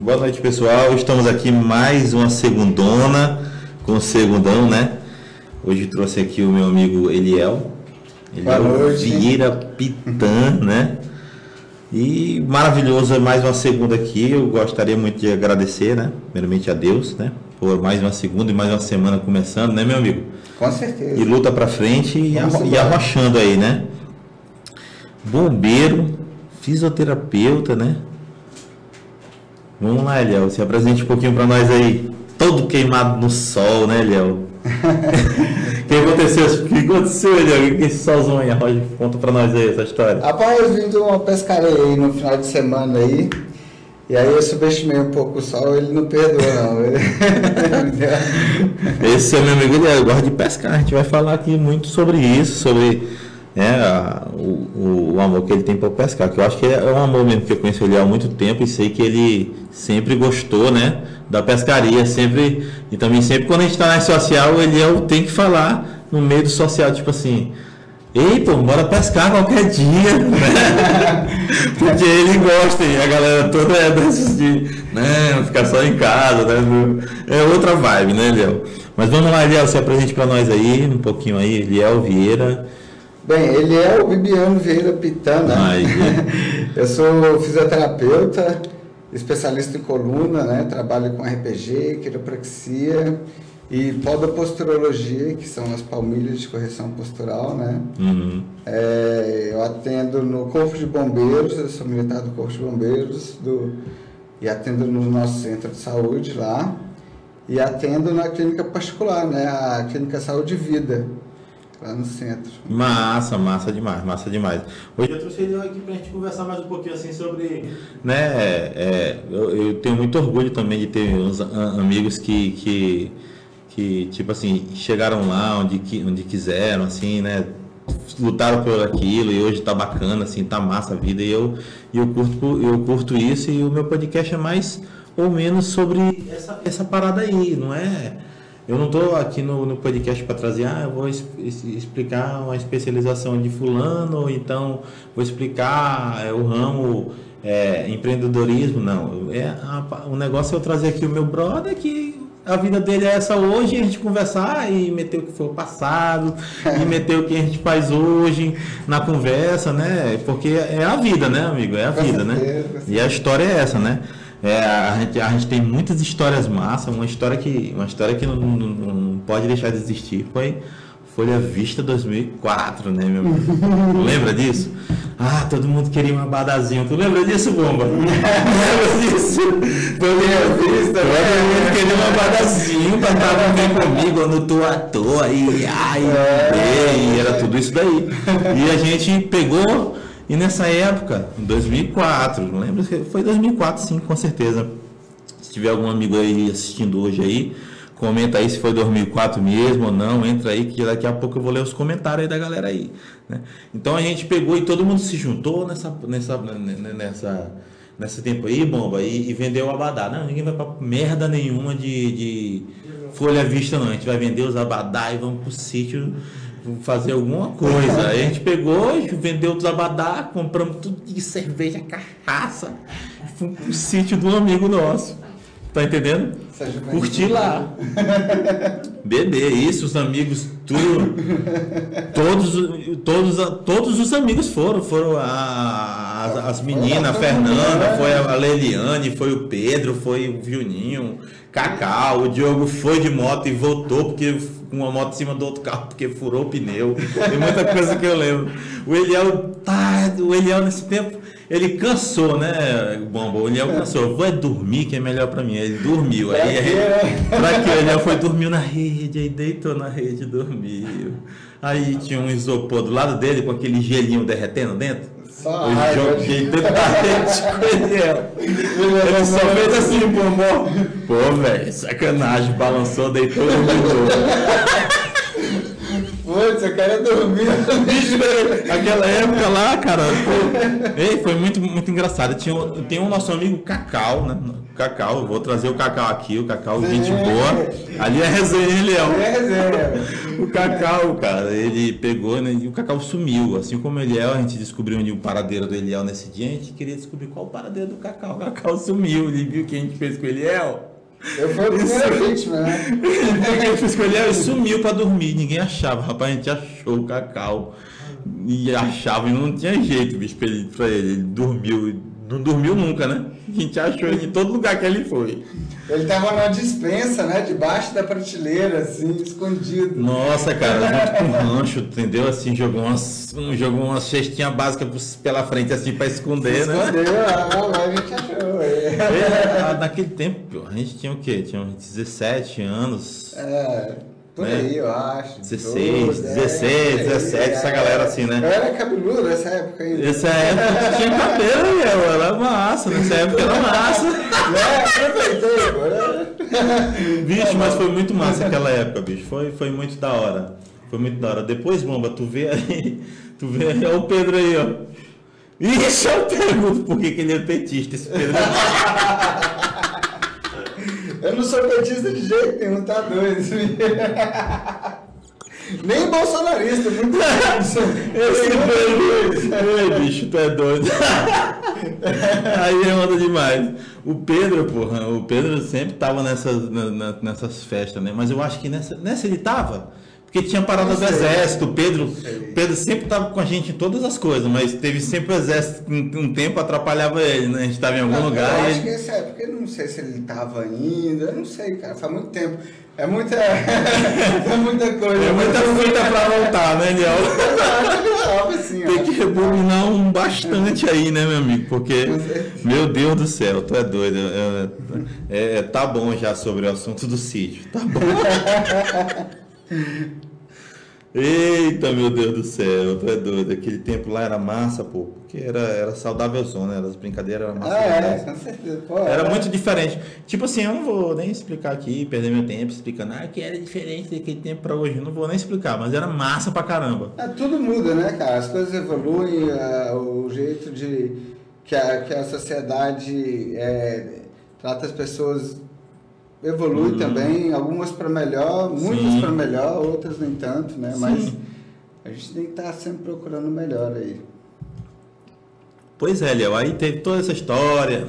Boa noite, pessoal. Estamos aqui mais uma segundona com o segundão, né? Hoje trouxe aqui o meu amigo Eliel. Eliel Vieira Pitan, né? E maravilhoso, mais uma segunda aqui. Eu gostaria muito de agradecer, né? Primeiramente a Deus, né? Por mais uma segunda e mais uma semana começando, né, meu amigo? Com certeza. E luta pra frente e arrochando aí, né? Bombeiro, fisioterapeuta, né? Vamos lá, Eliel, se apresente um pouquinho para nós aí. Todo queimado no sol, né, Eliel? O que aconteceu, Eliel? Que esse solzão aí? Conta para nós aí essa história. Rapaz, eu vim de uma pescaria aí no final de semana aí. E aí eu subestimei um pouco o sol, ele não perdoa não. Esse é meu amigo Eliel, gosta de pescar. A gente vai falar aqui muito sobre isso, sobre o amor que ele tem por pescar, que eu acho que é um amor mesmo, que eu conheço ele há muito tempo e sei que ele sempre gostou, né, da pescaria, sempre, e também sempre quando a gente está na social, ele tem que falar no meio do social, tipo assim, ei, pô, bora pescar qualquer dia, né? Porque ele gosta e a galera toda é desses de, né, ficar só em casa, né, é outra vibe, né, Eliel? Mas vamos lá, Eliel, se apresente para nós aí, um pouquinho aí, Eliel Vieira. Bem, ele é o Bibiano Vieira Pitan, né? Eu sou fisioterapeuta, especialista em coluna, né? Trabalho com RPG, quiropraxia e podoposturologia, que são as palmilhas de correção postural, né? Uhum. Eu atendo no Corpo de Bombeiros, eu sou militar do Corpo de Bombeiros e atendo no nosso centro de saúde lá e atendo na clínica particular, né? A Clínica Saúde e Vida, lá no centro. Massa demais. Hoje eu trouxe ele aqui pra gente conversar mais um pouquinho assim sobre, né, eu tenho muito orgulho também de ter uns amigos que tipo assim, chegaram lá onde quiseram, assim, né, lutaram por aquilo e hoje tá bacana, assim, tá massa a vida e eu curto isso e o meu podcast é mais ou menos sobre essa parada aí, não é... Eu não estou aqui no podcast para trazer, eu vou explicar uma especialização de fulano, ou então vou explicar o ramo empreendedorismo, não. O negócio é eu trazer aqui o meu brother, que a vida dele é essa hoje, e a gente conversar e meter o que foi o passado, e meter o que a gente faz hoje na conversa, né? Porque é a vida, né, amigo? É a vida, né? E a história é essa, né? A gente tem muitas histórias massas, uma história que não pode deixar de existir foi Folha Vista 2004, né, meu amigo? Lembra disso? Todo mundo queria um abadazinho. Tu lembra disso, Bomba? Lembra disso? Folha Vista, todo mundo queria um abadazinho pra estar bem comigo, eu não tô à toa, e era tudo isso daí. E a gente pegou. E nessa época, em 2004, não lembro se foi 2004, sim, com certeza. Se tiver algum amigo aí assistindo hoje aí, comenta aí se foi 2004 mesmo ou não, entra aí que daqui a pouco eu vou ler os comentários aí da galera aí, né? Então a gente pegou e todo mundo se juntou nesse tempo aí, Bomba, e vendeu o abadá. Não, ninguém vai pra merda nenhuma de Folha Vista não, a gente vai vender os abadá e vamos pro sítio fazer alguma coisa. Aí a gente pegou, vendeu os abadá, compramos tudo de cerveja, cachaça, fomos pro sítio do amigo nosso. Tá entendendo? Curtir lá. Beber, isso, os amigos, tudo. Todos os amigos foram as meninas, a Fernanda, foi a Leliane, foi o Pedro, foi o Juninho, Cacau, o Diogo foi de moto e voltou porque com uma moto em cima do outro carro porque furou o pneu. Tem muita coisa que eu lembro. O Eliel nesse tempo, ele cansou, né, Bomba? O Eliel cansou. Vou dormir que é melhor pra mim. Ele dormiu. Pra quê? O Eliel foi dormiu na rede, aí deitou na rede e dormiu. Aí tinha um isopor do lado dele com aquele gelinho derretendo dentro. Eu joguei dentro da rede com o Eliel. Ele só fez assim, Bomba. Pô, velho, sacanagem. Balançou, deitou e dormiu. doido, você quer dormir. Aquela época lá, cara, pô, foi muito, muito engraçado. Tem o nosso amigo Cacau, né? Cacau, vou trazer o Cacau aqui, o Cacau, gente boa. Ali é resenha, Léo. É resenha. O Cacau, cara, ele pegou, né? E o Cacau sumiu. Assim como o Eliel, a gente descobriu onde o paradeiro do Eliel nesse dia, a gente queria descobrir qual o paradeiro do Cacau. O Cacau sumiu, ele viu o que a gente fez com o Eliel. Eu fui a primeira vítima, né? Ele viu o que a gente fez com o Eliel e sumiu pra dormir. Ninguém achava, rapaz, a gente achou o Cacau. E achava e não tinha jeito, bicho, pra ele. Ele dormiu. Não dormiu nunca, né? A gente achou ele em todo lugar que ele foi. Ele tava numa despensa, né? Debaixo da prateleira, assim, escondido. Nossa, cara, junto com o rancho, entendeu? Assim, jogou umas cestinhas básicas pela frente, assim, pra esconder, né? Escondeu, a gente achou. Naquele tempo, a gente tinha o quê? Tinha uns 17 anos. Por aí, eu acho. 16, 17, essa galera assim, né? Eu era cabeludo nessa época ainda. Nessa época tinha cabelo, meu, era massa, nessa época era massa. Aproveitei, agora. Bicho, mas foi muito massa aquela época, bicho, foi muito da hora. Foi muito da hora. Depois, Bomba, tu vê aí, olha o Pedro aí, ó. Ixi, eu pergunto por que ele é petista, esse Pedro. Eu não sou petista de jeito nenhum, tá doido. Nem bolsonarista, muito Esse Pedro, bicho, tu é doido. Aí anda demais. O Pedro, porra, o Pedro sempre tava nessas festas, né? Mas eu acho que nessa ele tava. Porque tinha parada do exército, o Pedro sempre estava com a gente em todas as coisas, mas teve sempre o exército, um tempo atrapalhava ele, né? A gente estava em algum lugar. Eu acho que nessa época, eu não sei se ele estava ainda, eu não sei, cara, faz muito tempo. É muita coisa. É muita fita para voltar, né, Léo? Assim, tem que rebobinar bastante aí, né, meu amigo? Porque, meu Deus do céu, tu é doido. Tá bom já sobre o assunto do sítio, tá bom. Eita, meu Deus do céu, tu é doido. Aquele tempo lá era massa, pô, porque era saudável zona, as brincadeiras eram massa. Com certeza. Pô, era muito diferente. Tipo assim, eu não vou nem explicar aqui, perder meu tempo explicando que era diferente daquele tempo pra hoje. Eu não vou nem explicar, mas era massa pra caramba. Tudo muda, né, cara? As coisas evoluem, o jeito de que a sociedade trata as pessoas evolui também, algumas para melhor, muitas para melhor, outras nem tanto, né? Sim. Mas a gente tem que estar sempre procurando o melhor aí. Pois é, Léo, aí teve toda essa história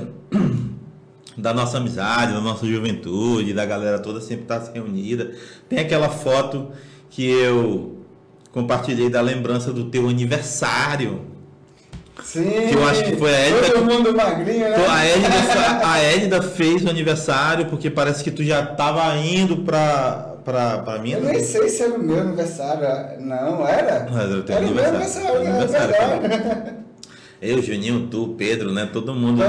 da nossa amizade, da nossa juventude, da galera toda sempre estar reunida. Tem aquela foto que eu compartilhei da lembrança do teu aniversário. Sim, que eu acho que foi a Hélida. Todo mundo magrinho, né? A Hélida fez o aniversário porque parece que tu já estava indo pra mim. Eu nem sei se era o meu aniversário. Não, era? Era o meu aniversário. Eu, Juninho, tu, Pedro, né? Todo mundo.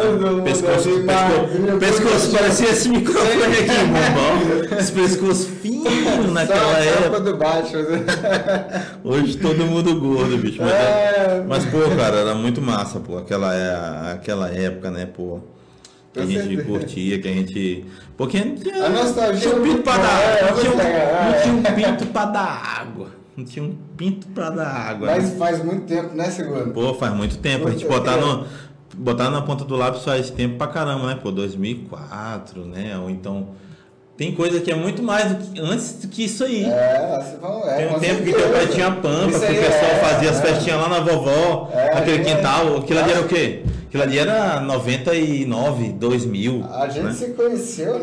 Pescoço parecia esse microfone aqui, bombão. Esse pescoço fino naquela época. Do baixo. Hoje todo mundo gordo, bicho. Mas, pô, cara, era muito massa, pô. Aquela época, né, pô. Que a gente curtia, que a gente. Porque não tinha. A nostalgia. Tinha um pinto pra dar. Não tinha um pinto pra dar água. Não tinha um pinto pra dar água. Mas faz muito tempo, né, Segundo? Pô, faz muito tempo. A gente botar na ponta do lápis faz tempo pra caramba, né? Pô, 2004, né? Ou então... Tem coisa que é muito mais antes do que isso aí. Tem um tempo que teu pai tinha pampa, que o pessoal fazia as festinhas lá na vovó, naquele quintal. Aquilo ali era o quê? Aquilo ali era 99, 2000. A gente se conheceu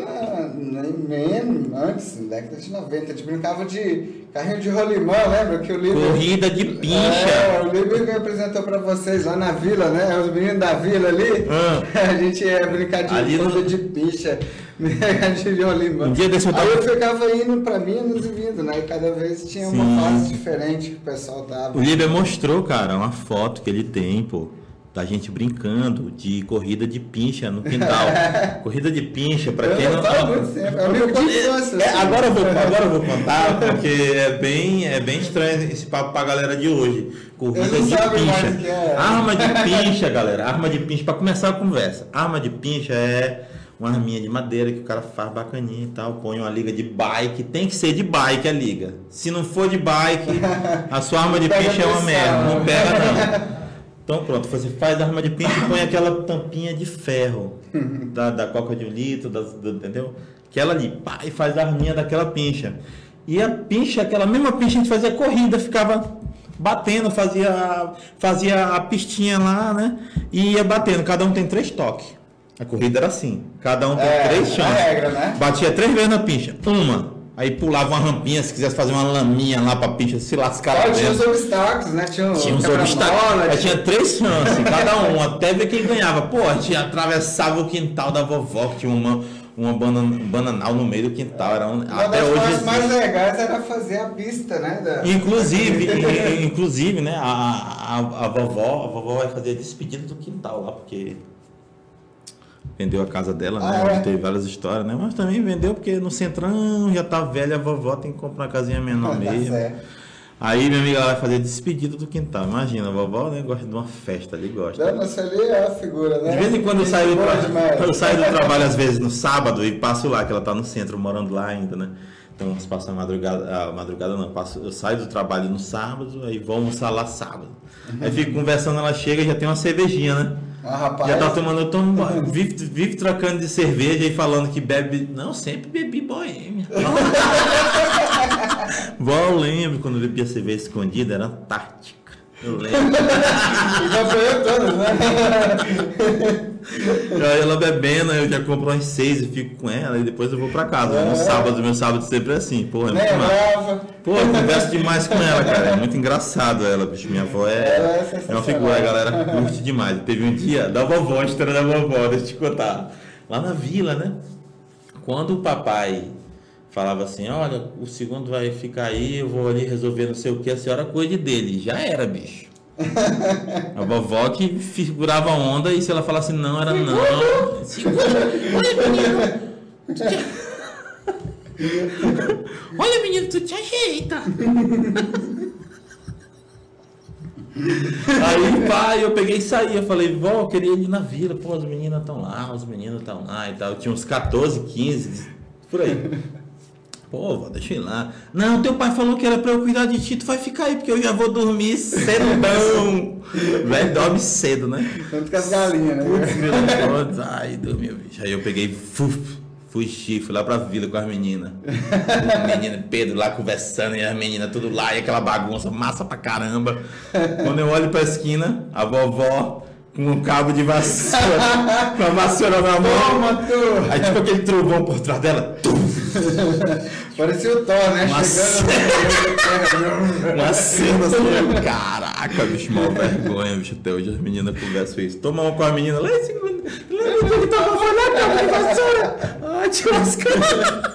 mesmo antes, na década de 90. A gente brincava de carrinho de rolimã, lembra? Que o Líbio... Corrida de pincha. O Líbio me apresentou pra vocês lá na vila, né? Os meninos da vila ali. A gente ia brincar de corrida de pincha. De rolimã. Um dia desse Aí eu ficava indo pra Minas e vindo, né? E cada vez tinha uma fase diferente que o pessoal tava. O Líbio mostrou, cara, uma foto que ele tem, pô. Da gente brincando de corrida de pincha no quintal. Corrida de pincha, pra quem não sabe. Agora eu vou contar, porque é bem estranho esse papo pra galera de hoje. Corrida de pincha. Arma de pincha, galera. Arma de pincha, pra começar a conversa. Arma de pincha é uma arminha de madeira que o cara faz bacaninha e tal, põe uma liga de bike, tem que ser de bike a liga. Se não for de bike, a sua arma de pincha é uma merda, não pega não. Então pronto, você faz a arma de pincha e põe aquela tampinha de ferro da coca de 1 litro, entendeu? Aquela ali, pá, e faz a arminha daquela pincha. E a pincha, aquela mesma pincha, a gente fazia corrida, ficava batendo, fazia a pistinha lá, né? E ia batendo, cada um tem 3 toques. A corrida era assim, cada um tem 3 chances. Regra, né? Batia 3 vezes na pincha, uma. Aí pulava uma rampinha, se quisesse fazer uma laminha lá pra pincha, se lascar lá tinha dentro. os obstáculos, né? Tinha uns obstáculos. Aí tinha 3 chances, cada um, até ver quem ganhava. Pô, a gente atravessava o quintal da vovó, que tinha uma bananal no meio do quintal. Era até hoje. As mais legais era fazer a pista, né? Inclusive, né? A vovó vai fazer a despedida do quintal lá, porque vendeu a casa dela, né? Onde teve várias histórias, né? Mas também vendeu porque no centrão já tá velha, a vovó tem que comprar uma casinha menor mesmo. Aí minha amiga vai fazer a despedida do quintal. Imagina, a vovó, né, gosta de uma festa ali, gosta. Não, mas ali é a figura, né? De vez em quando eu saio do trabalho, às vezes, no sábado, e passo lá, que ela tá no centro, morando lá ainda, né? Então, eu passo a madrugada não, eu saio do trabalho no sábado, aí vou almoçar lá sábado. Aí fico conversando, ela chega e já tem uma cervejinha, né? Rapaz. Já tá tomando, vive trocando de cerveja e falando que bebe. Não, sempre bebi boêmia. Eu lembro quando eu bebia cerveja escondida, era tática. Eu lembro. Já foi todas, né? Aí ela bebendo, eu já compro umas 6 e fico com ela e depois eu vou pra casa. No sábado, meu sábado sempre é assim. Porra, é muito massa. Pô, eu converso demais com ela, cara. É muito engraçado ela, bicho. Minha avó é uma figura, a galera curte demais. Teve um dia da vovó, a história da vovó, deixa eu te contar. Lá na vila, né? Quando o papai falava assim, olha, o segundo vai ficar aí, eu vou ali resolver não sei o que, a senhora cuide dele. Já era, bicho. A vovó que figurava onda e se ela falasse não, era não. Segura. Olha, menino. Olha, menino, tu te ajeita. Aí, pai, eu peguei e saí. Eu falei, vó, eu queria ir na vila. Pô, as meninas estão lá, os meninos estão lá e tal. Eu tinha uns 14, 15, por aí. Pô, vó, deixa eu ir lá. Não, teu pai falou que era pra eu cuidar de ti, tu vai ficar aí, porque eu já vou dormir cedão. Velho, dorme cedo, né? Tanto que as galinhas, né? Putz, ai, dormiu, bicho. Aí eu peguei, fugi, fui lá pra vila com as meninas. O menino Pedro lá conversando e as meninas tudo lá, e aquela bagunça, massa pra caramba. Quando eu olho pra esquina, a vovó com um cabo de vassoura, com a vassoura na mão. Aí tipo aquele trovão por trás dela. Parecia o Thor, né? Chegando. Uma cena assim, caraca, bicho, mal vergonha, bicho. Até hoje as meninas conversam isso. Toma uma com a menina lá, esse lembra que tava falando cabo de vassoura? Ai, te lascando.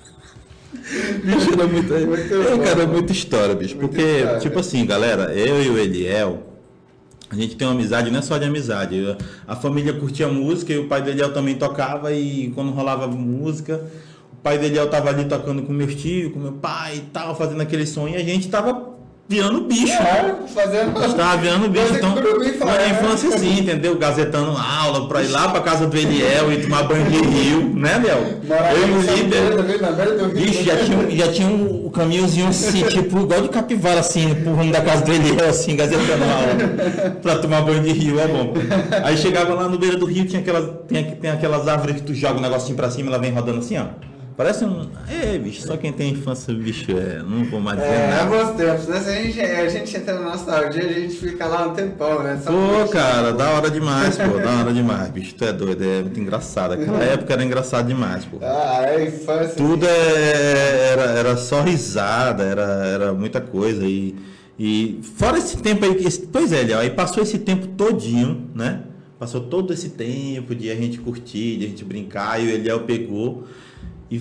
Bicho, era muita história, bicho. Porque, tipo assim, galera, eu e o Eliel, a gente tem uma amizade, não é só de amizade. A família curtia música e o pai do Eliel também tocava, e quando rolava música, o pai do Eliel tava ali tocando com meus tios, com meu pai e tal, fazendo aquele som, e a gente tava virando bicho. Tava virando bicho. Então, na infância assim, entendeu? Gazetando aula pra ir lá pra casa do Eliel e tomar banho de rio, né, Léo? Eu e o líder. Bicho, já tinha um caminhozinho assim, tipo, igual de capivara, assim, pro rumo da casa do Eliel, assim, gazetando aula pra tomar banho de rio, é bom. Aí chegava lá no beira do rio, tem aquelas árvores que tu joga um negocinho pra cima e ela vem rodando assim, ó. Parece um... bicho, só quem tem infância, bicho, não vou mais dizer nada. É bons tempos, né? Se a gente entra na nostalgia, a gente fica lá um tempão, né? Pô, cara, da hora demais, pô, da hora demais, bicho, tu é doido, é muito engraçado. Aquela época era engraçado demais, pô. Infância. Tudo era só risada, era muita coisa e fora esse tempo aí, pois é, Léo, aí passou esse tempo todinho, né? Passou todo esse tempo de a gente curtir, de a gente brincar, e o Eliel pegou e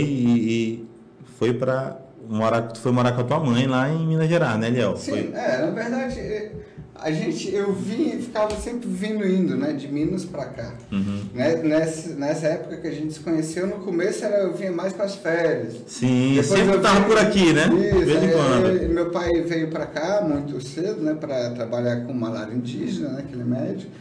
foi para morar, tu foi morar com a tua mãe lá em Minas Gerais, né, Eliel? Sim, na verdade, eu ficava sempre vindo e indo, né, de Minas para cá. Uhum. Nessa época que a gente se conheceu, no começo eu vinha mais para as férias. Sim, depois sempre estava por aqui, né? Isso, de vez em quando. Meu pai veio para cá muito cedo, né, para trabalhar com malária indígena, né, que ele é médico. Uhum.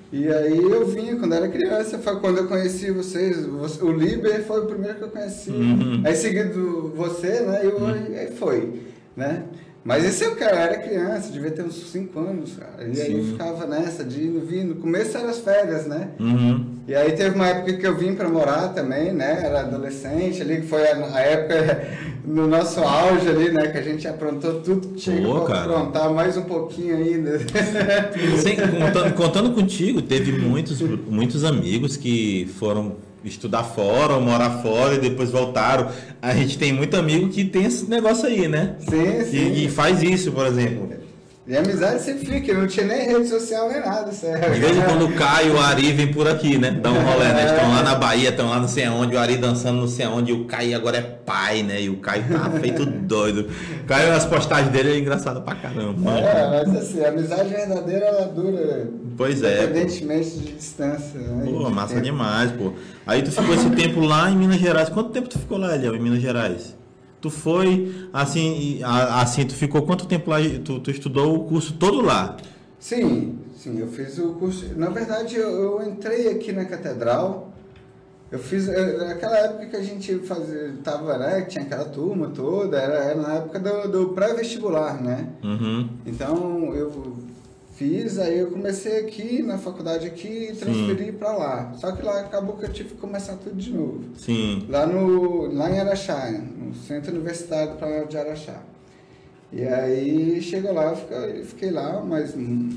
E aí eu vinha quando era criança, foi quando eu conheci vocês, o Liber foi o primeiro que eu conheci, aí seguido você, né, aí foi, né. Mas esse eu era criança, devia ter uns 5 anos, cara. E aí eu ficava nessa de ir vindo. No começo eram as férias, né? E aí teve uma época que eu vim para morar também, né? Era adolescente ali, que foi a época no nosso auge ali, né? Que a gente aprontou tudo que tinha que aprontar, mais um pouquinho ainda. Contando contigo, teve muitos amigos que foram estudar fora ou morar fora e depois voltaram. A gente tem muito amigo que tem esse negócio aí, né? Sim. E faz isso, por exemplo. E a amizade sempre fica, não tinha nem rede social nem nada, sério. De vez em quando o Caio e o Ari vem por aqui, né? Dá um rolê, né? Estão lá na Bahia, estão lá não sei aonde, o Ari dançando não sei aonde, e o Caio agora é pai, né? E o Caio tá feito doido. O Caio, as postagens dele é engraçado pra caramba. Mas assim, a amizade verdadeira, ela dura. Pois é. Independentemente de distância. Né? Pô, massa demais, pô. Aí tu ficou esse tempo lá em Minas Gerais. Quanto tempo tu ficou lá, Eliel, em Minas Gerais? Tu foi, assim, tu ficou quanto tempo lá? Tu estudou o curso todo lá? Sim, eu fiz o curso. Na verdade, eu entrei aqui na Catedral. Eu fiz, naquela época que a gente tava, né, tinha aquela turma toda, era na época do pré-vestibular, né? Então, eu fiz, aí eu comecei aqui na faculdade aqui e transferi para lá. Só que lá acabou que eu tive que começar tudo de novo. Sim. Lá em Araxá, no Centro Universitário do Planalto de Araxá. E aí chegou lá, eu fiquei lá mais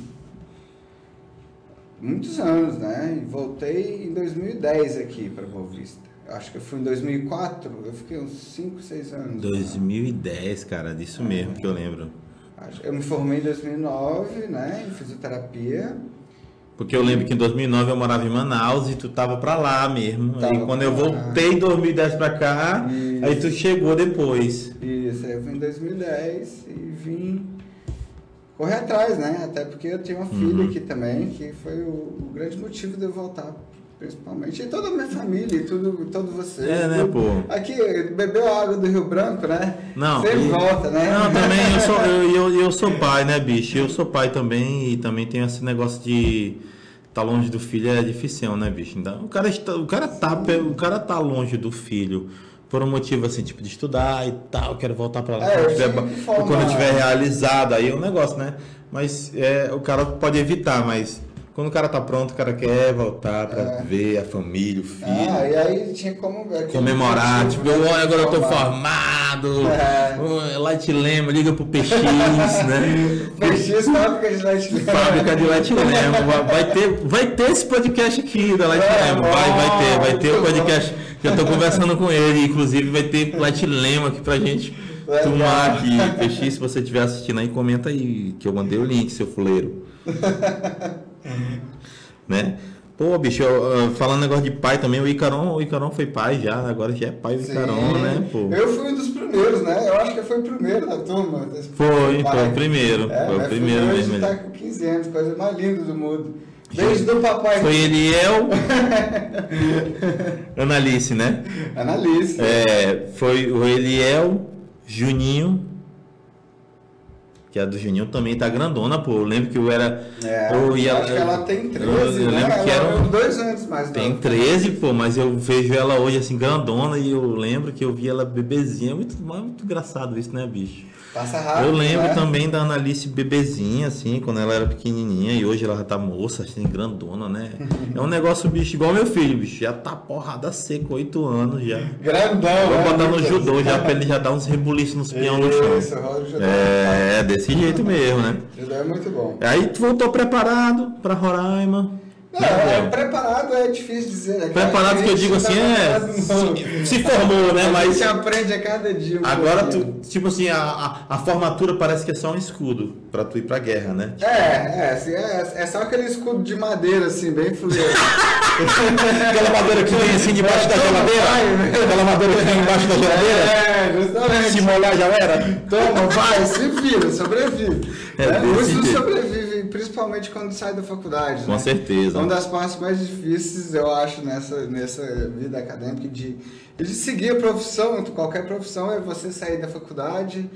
muitos anos, né? E voltei em 2010 aqui para Boa Vista. Acho que eu fui em 2004, eu fiquei uns 5, 6 anos. 2010, cara, disso mesmo que eu lembro. Eu me formei em 2009, né, em fisioterapia. Porque eu lembro que em 2009 eu morava em Manaus e tu tava pra lá mesmo. Aí quando eu voltei em 2010 pra cá, aí tu chegou depois. Isso, aí eu fui em 2010 e vim correr atrás, né? Até porque eu tenho uma filha aqui também, que foi o grande motivo de eu voltar. Principalmente, e toda a minha família, e todo vocês. Né, pô? Aqui, bebeu a água do Rio Branco, né? Não. Sempre volta, né? Não, também eu sou pai, né, bicho? Eu sou pai também e também tenho esse negócio de tá longe do filho é difícil, né, bicho? Então, o cara tá longe do filho por um motivo assim, tipo, de estudar e tal, quero voltar pra lá quando eu tiver realizado, aí é um negócio, né? Mas o cara pode evitar, mas quando o cara tá pronto, o cara quer voltar pra ver a família, o filho. E aí tinha como comemorar, tipo, agora eu tô formado, Light Lemon, liga pro PX, né? PX, fábrica de Light Lemon. Fábrica de Light Lemon. Vai ter esse podcast aqui da Light Lemon, vai ter o podcast. Já tô conversando com ele, inclusive vai ter Light Lemon aqui pra gente tomar aqui. PX, se você estiver assistindo aí, comenta aí, que eu mandei o link, seu fuleiro. Né? Pô, bicho, falando negócio de pai também, o Icaron foi pai já, agora já é pai do Icaron, né? Pô. Eu fui um dos primeiros, né? Eu acho que eu fui o primeiro da turma. Foi o primeiro. Foi o primeiro mesmo. Ele tá com 15 anos, coisa mais linda do mundo. Beijo do papai. Foi Eliel. Analice, né? Analice. Foi o Eliel, Juninho. Que a do Juninho também tá grandona, pô. Eu lembro que eu era. Acho que ela tem 13. Eu lembro que era 2 anos mais. Tem 13, pô, mas eu vejo ela hoje assim, grandona, e eu lembro que eu vi ela bebezinha. Muito engraçado isso, né, bicho? Passa rápido. Eu lembro também da Analice bebezinha, assim, quando ela era pequenininha, e hoje ela já tá moça, assim, grandona, né? É um negócio, bicho, igual meu filho, bicho. Já tá porrada seca, 8 anos já. Grandão, vou botar no judô já pra ele já dar uns rebuliços nos peão no chão. Isso, judô. Desse jeito mesmo, né? Judô é muito bom. Aí tu voltou preparado pra Roraima. Preparado é difícil dizer. Preparado que eu digo assim, se formou, né? Mas você aprende a cada dia. Agora, tipo assim, a formatura parece que é só um escudo pra tu ir pra guerra, né? É só aquele escudo de madeira, assim, bem fuleiro. Aquela madeira que vem assim debaixo da geladeira? Aquela madeira que vem embaixo da geladeira? Justamente. Se molhar já era? Toma, vai, se vira, sobrevive. Muitos sobrevivem, principalmente quando sai da faculdade. Com certeza. Uma das partes mais difíceis, eu acho, nessa vida acadêmica, de seguir a profissão, qualquer profissão, é você sair da faculdade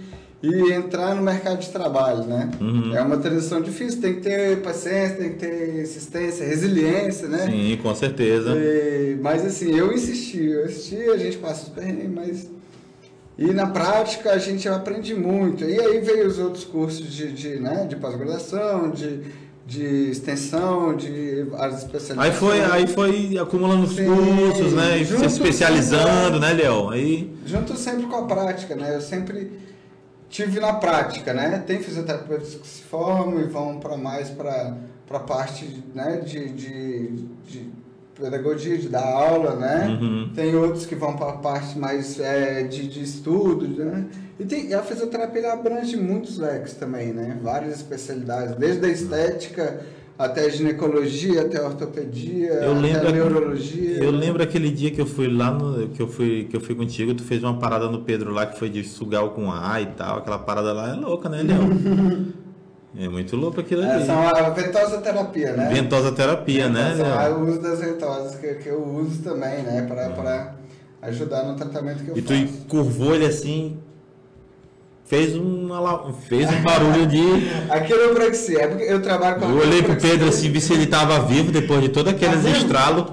e entrar no mercado de trabalho, né? É uma transição difícil, tem que ter paciência, tem que ter insistência, resiliência, né? Sim, com certeza. Mas assim, eu insisti, a gente passa os perrengues, mas... E na prática a gente aprende muito. E aí veio os outros cursos de pós-graduação, de extensão, de áreas especializadas. Aí foi acumulando os cursos, né? E se especializando, né, Léo? Junto sempre com a prática, né? Eu sempre tive na prática, né? Tem fisioterapeutas que se formam e vão para a parte, né, de pedagogia, de dar aula, né? Tem outros que vão para a parte mais de estudo, né? E a fisioterapia abrange muitos leques também, né? Várias especialidades, desde a estética até a ginecologia, até a ortopedia, até a neurologia. Eu lembro aquele dia que eu fui lá, que eu fui contigo, tu fez uma parada no Pedro lá que foi de sugar com A e tal, aquela parada lá é louca, né, Leão? É muito louco aquilo ali. São a ventosa-terapia, né? Ventosa-terapia, né? É o uso das ventosas, que eu uso também, né? Para ajudar no tratamento que eu faço. E tu curvou ele assim, fez um barulho de... Aquilo é praxia, é porque eu trabalho com... Eu olhei pro Pedro assim, vi se ele tava vivo depois de todos aqueles estralos.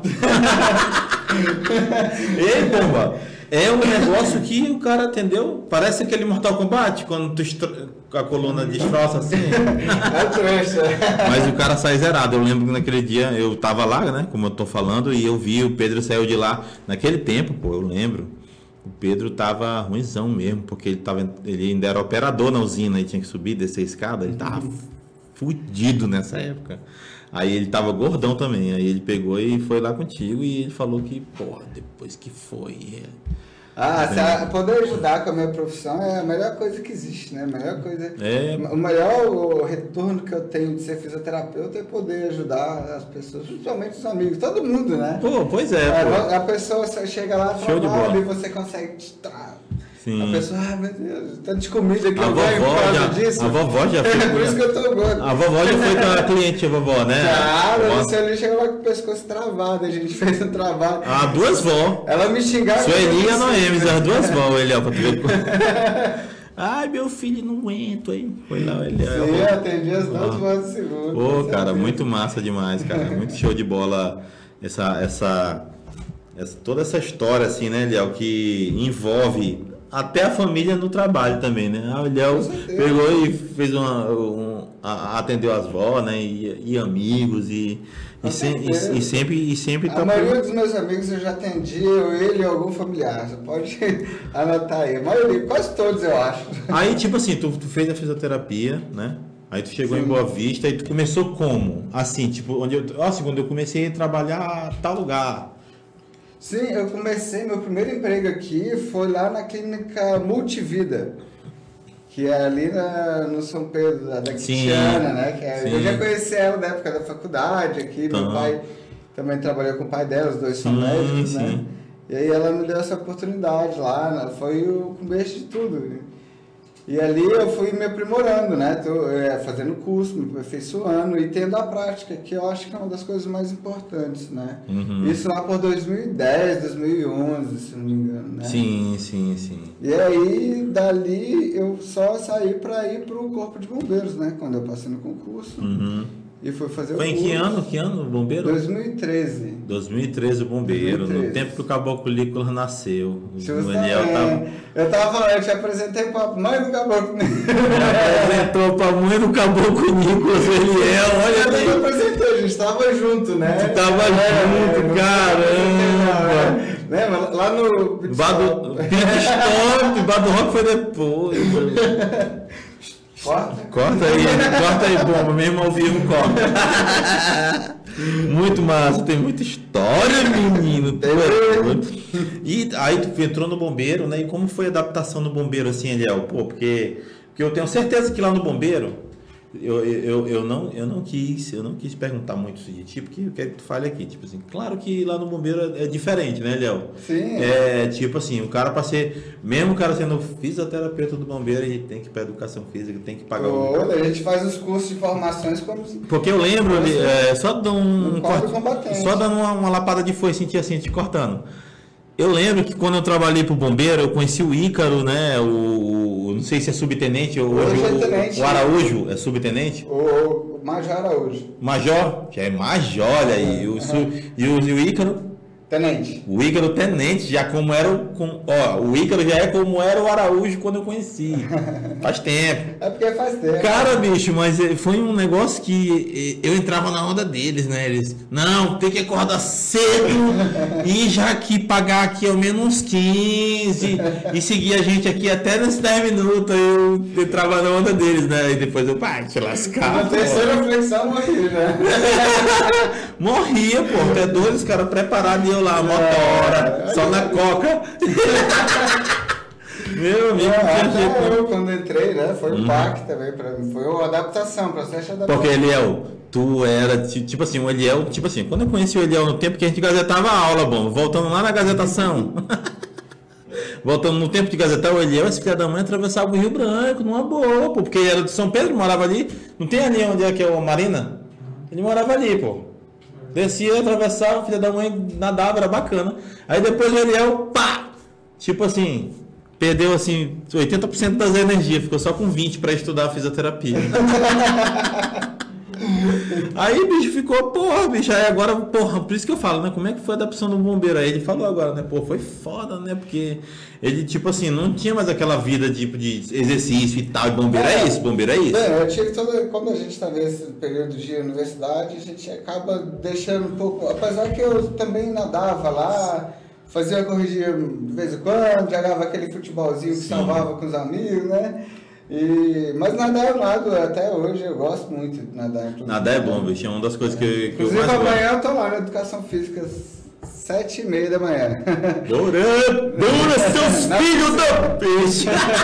Ei, bomba! É um negócio que o cara, entendeu? Parece aquele Mortal Kombat, quando a coluna destroça assim. É trouxa. Mas o cara sai zerado. Eu lembro que naquele dia eu tava lá, né? Como eu tô falando, e eu vi o Pedro saiu de lá. Naquele tempo, pô, eu lembro. O Pedro tava ruimzão mesmo, porque ele ainda era operador na usina e tinha que subir, descer a escada. Ele tava fudido nessa época. Aí ele tava gordão também, aí ele pegou e foi lá contigo e ele falou que, porra, depois que foi... Poder ajudar com a minha profissão é a melhor coisa que existe, né? O melhor retorno que eu tenho de ser fisioterapeuta é poder ajudar as pessoas, principalmente os amigos, todo mundo, né? Pô, pois é. A pessoa chega lá, trabalha e você consegue Sim. A pessoa, meu Deus, tanto de comida que eu ganho por causa disso. A vovó já foi. Por isso que eu tô gordo. A vovó já foi tua cliente, a vovó, né? Você ali chegou lá com o pescoço travado, a gente fez um trabalho. Duas vó. Ela me xingava. Sueli e a Noemi, as duas vó, ele, ó, pra tu ver. Ai, meu filho, não aguento, hein? Foi lá, ele. Sim, eu atendi as duas vozes do segundo. Pô, cara, muito massa demais, cara. Muito show de bola toda essa história, assim, né, Léo, que envolve até a família no trabalho também, né? O Léo pegou e fez atendeu as vó, né? E amigos e sempre a maioria dos meus amigos eu já atendi, ele ou algum familiar. Você pode anotar aí. A maioria, quase todos eu acho. Aí, tipo assim, tu fez a fisioterapia, né? Aí tu chegou em Boa Vista e tu começou como? Assim, tipo, quando eu comecei a trabalhar tal lugar. Sim, eu comecei, meu primeiro emprego aqui foi lá na clínica Multivida, que é ali no São Pedro, da Cristiana, né? Eu já conheci ela da época da faculdade aqui, meu pai também trabalhou com o pai dela, os dois são médicos, né? E aí ela me deu essa oportunidade lá, foi o começo de tudo. E ali eu fui me aprimorando, né? Tô fazendo curso, me aperfeiçoando e tendo a prática, que eu acho que é uma das coisas mais importantes, né? Isso lá por 2010, 2011, se não me engano, né? Sim. E aí, dali, eu só saí para ir para o Corpo de Bombeiros, né? Quando eu passei no concurso. E fui fazer Foi o em que ano o bombeiro? 2013. 2013 o bombeiro, 2013. No tempo que o Caboclo Nicolas nasceu. Eu te apresentei para a mãe do Caboclo Nicolas. Apresentou para a mãe do Caboclo Nicolas, olha ali. Eu apresentei, a gente estava junto, né? Tu estava junto, caramba. Lembra? Lá no Bar do Rock foi depois. Corta aí, bomba, mesmo ao vivo, corta. Muito massa, tem muita história, menino. E aí tu entrou no bombeiro, né? E como foi a adaptação no bombeiro, assim, Eliel? Pô, porque eu tenho certeza que lá no bombeiro eu não quis perguntar muito de ti, porque eu quero que tu fale aqui, tipo assim, claro que lá no bombeiro é diferente, né, Léo? Sim. É tipo assim, o cara para ser, mesmo o cara sendo fisioterapeuta do bombeiro, ele tem que ir para educação física, tem que pagar a gente faz os cursos de formações como... Porque eu lembro, só dando uma lapada de foice, sentir assim, te cortando. Eu lembro que quando eu trabalhei pro bombeiro, eu conheci o Ícaro, né? Não sei se é subtenente ou Hoje é tenente. O Araújo é subtenente? O Major Araújo. Major? Já é major, olha aí. E o Ícaro? Tenente. O Ícaro tenente, já como era o Ícaro já é como era o Araújo quando eu conheci. Faz tempo. É porque faz tempo. Cara, bicho, mas foi um negócio que eu entrava na onda deles, né? Eles, não, tem que acordar cedo e já que pagar aqui ao menos uns 15 e seguir a gente aqui até nos 10 minutos. Eu entrava na onda deles, né? E depois eu, pá, te lascar. Na terceira flexão morri, né? Morria, pô, até dois, os caras preparados e eu lá, motora, só na coca. Meu amigo, eu quando entrei, né? Foi um baque também pra mim. Foi uma adaptação, processo de adaptação. Porque Eliel, tu era, tipo assim, o Eliel, tipo assim, quando eu conheci o Eliel no tempo que a gente gazetava a aula, bom, voltando lá na gazetação. Voltando no tempo de gazetar, o Eliel, esse filho da mãe, atravessava o Rio Branco numa boa, pô, porque ele era de São Pedro, morava ali. Não tem ali onde é que é a Marina? Ele morava ali, pô. Descia, atravessava, filha da mãe nadava, era bacana. Aí depois o Eliel, pá! Tipo assim, perdeu assim 80% das energias, ficou só com 20 para estudar a fisioterapia. Aí, bicho, ficou, porra, bicho, aí agora, porra, por isso que eu falo, né, como é que foi a adaptação do bombeiro? Aí ele falou agora, né, pô, foi foda, né, porque ele, tipo assim, não tinha mais aquela vida, tipo, de exercício e tal, e bombeiro é isso, bombeiro é isso. Eu tive quando a gente está nesse período de universidade, a gente acaba deixando um pouco, apesar que eu também nadava lá, fazia corrigir de vez em quando, jogava aquele futebolzinho que salvava com os amigos, né? Mas nadar eu nado até hoje, eu gosto muito de nadar. Nadar é bom, bicho, é uma das coisas que eu mais gosto. Amanhã eu tô lá na educação física, 7h30 da manhã. Dura seus filhos da peixe!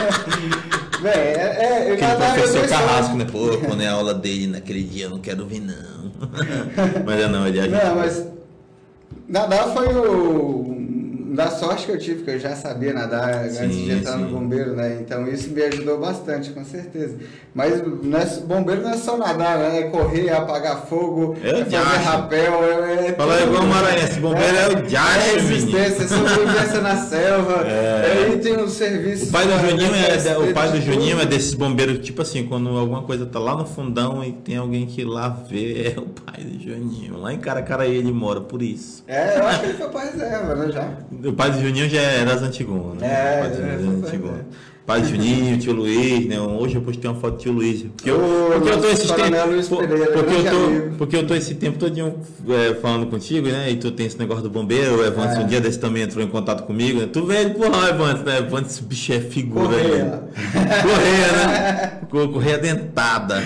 Aquele professor Carrasco, né? Pô, quando é a aula dele naquele dia eu não quero vir, não. Mas não, ele ajuda. Não, mas nadar foi da sorte que eu tive, porque eu já sabia nadar antes de entrar no bombeiro, né? Então isso me ajudou bastante, com certeza. Mas bombeiro não é só nadar, né? É correr, apagar fogo, fazer rapel. Fala igual o Maranhense, bombeiro é o Jash, resistência, sobrevivência na selva. Aí tem um serviço. O pai do Juninho é desses bombeiros, tipo assim, quando alguma coisa tá lá no fundão e tem alguém que ir lá vê, é o pai do Juninho. Lá em Caracaraí ele mora, por isso. Eu acho que ele foi pra reserva, né? Já. O pai do Juninho já era das antigonas, né? O pai do Juninho era das antigonas. Pai do Juninho, tio Luiz, né? Hoje eu postei uma foto do tio Luiz. Porque eu tô esse tempo. Porque eu tô esse tempo todinho falando contigo, né? E tu tem esse negócio do bombeiro, o Evandro um dia desse também entrou em contato comigo, né? Tu vê ele por lá, Evandro, né? Evandro, esse bicho é figura aí. Correia, né? Correia dentada.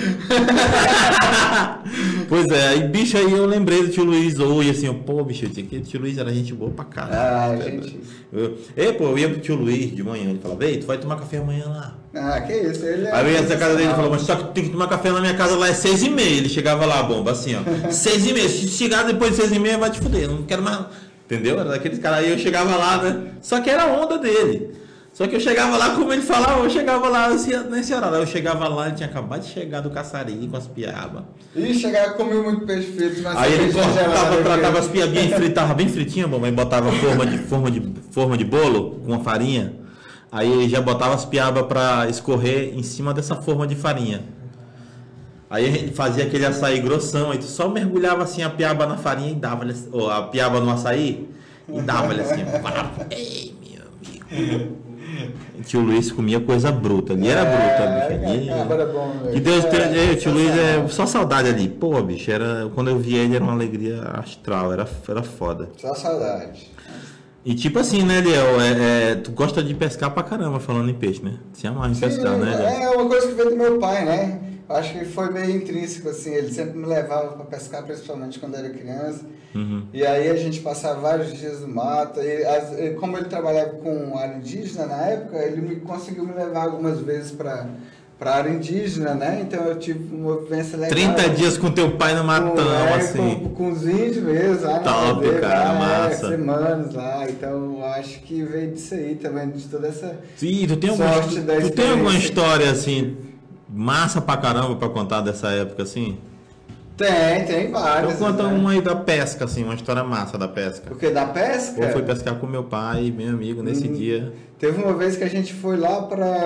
Pois é, aí bicho, aí eu lembrei do tio Luiz hoje, assim, pô, bicho, aquele tio Luiz era gente boa pra caralho. Gente. Eu ia pro tio Luiz de manhã, ele falava, ei, tu vai tomar café amanhã lá. Que isso, ele Aí eu ia da casa dele e falou, mas só que tem que tomar café na minha casa lá, é 6h30. Ele chegava lá, bomba, assim, ó. 6h30, se chegar depois de 6h30 vai te fuder, não quero mais. Entendeu? Era daqueles caras aí, eu chegava lá, né? Só que era a onda dele. Só que eu chegava lá, como ele falava, eu chegava lá assim, nesse horário. Eu chegava lá, ele tinha acabado de chegar do caçarinho com as piabas. Ih, chegava e comia muito peixe frito. Aí ele tratava as piabinhas fritas, bem fritinha, bom, aí botava forma de bolo com a farinha. Aí ele já botava as piabas para escorrer em cima dessa forma de farinha. Aí a gente fazia aquele açaí grossão, aí tu só mergulhava assim a piaba na farinha e dava-lhe, ou a piaba no açaí e dava-lhe assim. Ei, meu amigo. O tio Luiz comia coisa bruta, ali era bruta, bicho. Era bom, velho. Que Deus tenha, o tio Luiz é só saudade ali. Pô, bicho, quando eu vi ele era uma alegria astral, era foda. Só saudade. E tipo assim, né, Liel, tu gosta de pescar pra caramba falando em peixe, né? Você ama mais pescar, né, Liel? É uma coisa que veio do meu pai, né? Acho que foi meio intrínseco, assim, ele sempre me levava para pescar, principalmente quando eu era criança. Uhum. E aí a gente passava vários dias no mato. E como ele trabalhava com área indígena na época, ele conseguiu me levar algumas vezes para área indígena, né? Então eu tive uma vivência legal. 30 dias com teu pai no matão, assim. Com os índios mesmo, lá top, cara, massa. Semanas lá. Então eu acho que veio disso aí também, de toda essa Sim, tu tem alguma história, assim, massa pra caramba pra contar dessa época, assim? Tem vários. Então conta uma aí da pesca, assim, uma história massa da pesca. O que, da pesca? Eu fui pescar com meu pai, meu amigo, nesse dia. Teve uma vez que a gente foi lá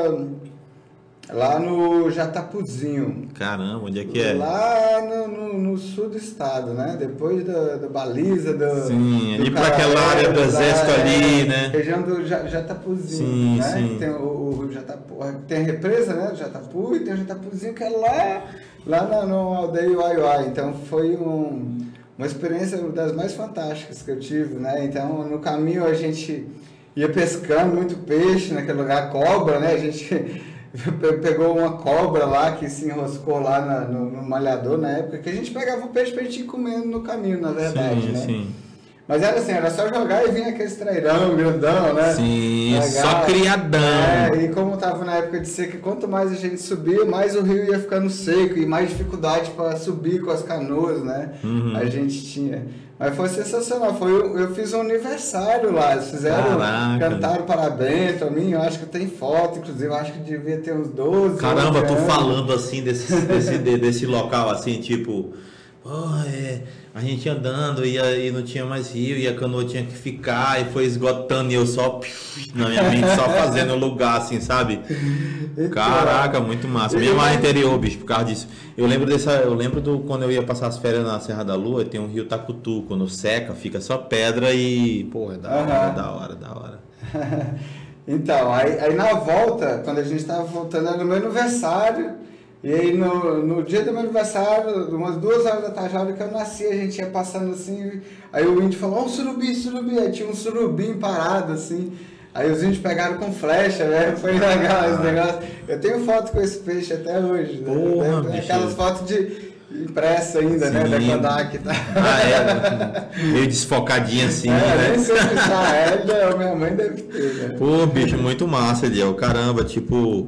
no Jatapuzinho. Caramba, onde é que é? Lá no sul do estado, né? Depois da baliza do... Sim, ali para aquela área do exército ali, né? Região do Jatapuzinho, sim, né? Sim. Tem o Jatapu, tem a represa, né? Do Jatapu, e tem o Jatapuzinho que é lá na aldeia Uaiuai. Então foi uma experiência das mais fantásticas que eu tive, né? Então no caminho a gente ia pescando muito peixe naquele lugar, cobra, né? A gente pegou uma cobra lá que se enroscou lá no malhador na época, que a gente pegava o peixe pra gente ir comendo no caminho, na verdade, sim, né? Sim. Mas era assim, era só jogar e vinha aquele trairão grandão, né? Sim, legal. Só criadão. E como tava na época de seca, quanto mais a gente subia, mais o rio ia ficando seco e mais dificuldade para subir com as canoas, né? Uhum. A gente tinha. Mas foi sensacional, eu fiz um aniversário lá, eles fizeram, cantaram parabéns pra mim, eu acho que tem foto, inclusive, eu acho que devia ter uns 12 Caramba, anos. tu falando assim desse local, assim, tipo, a gente andando e não tinha mais rio e a canoa tinha que ficar e foi esgotando e eu só na minha mente só fazendo lugar assim, sabe? Caraca, muito massa. Mesmo lá no interior, bicho, por causa disso. Eu lembro quando eu ia passar as férias na Serra da Lua, tem um rio Tacutu, quando seca fica só pedra e, porra, da hora. Então, aí na volta, quando a gente estava voltando, era no meu aniversário. E aí no dia do meu aniversário, umas 2 horas da tarde, a hora que eu nasci, a gente ia passando assim, aí o índio falou, surubi, aí tinha um surubim parado assim, aí os índios pegaram com flecha, né? Foi legal esse negócio. Eu tenho foto com esse peixe até hoje, porra, né? Aquelas fotos de impressa ainda, né? Da Kodak. Tá? Meio desfocadinha assim, né? Nem sei se já minha mãe deve ter, né? Pô, bicho, muito massa, Eliel, caramba, tipo,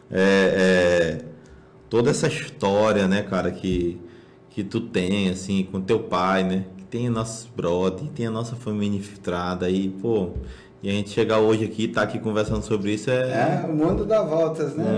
toda essa história, né, cara, que tu tem, assim, com teu pai, né, que tem nossos brother, tem a nossa família infiltrada aí, pô, e a gente chegar hoje aqui, tá aqui conversando sobre isso o mundo dá voltas, né?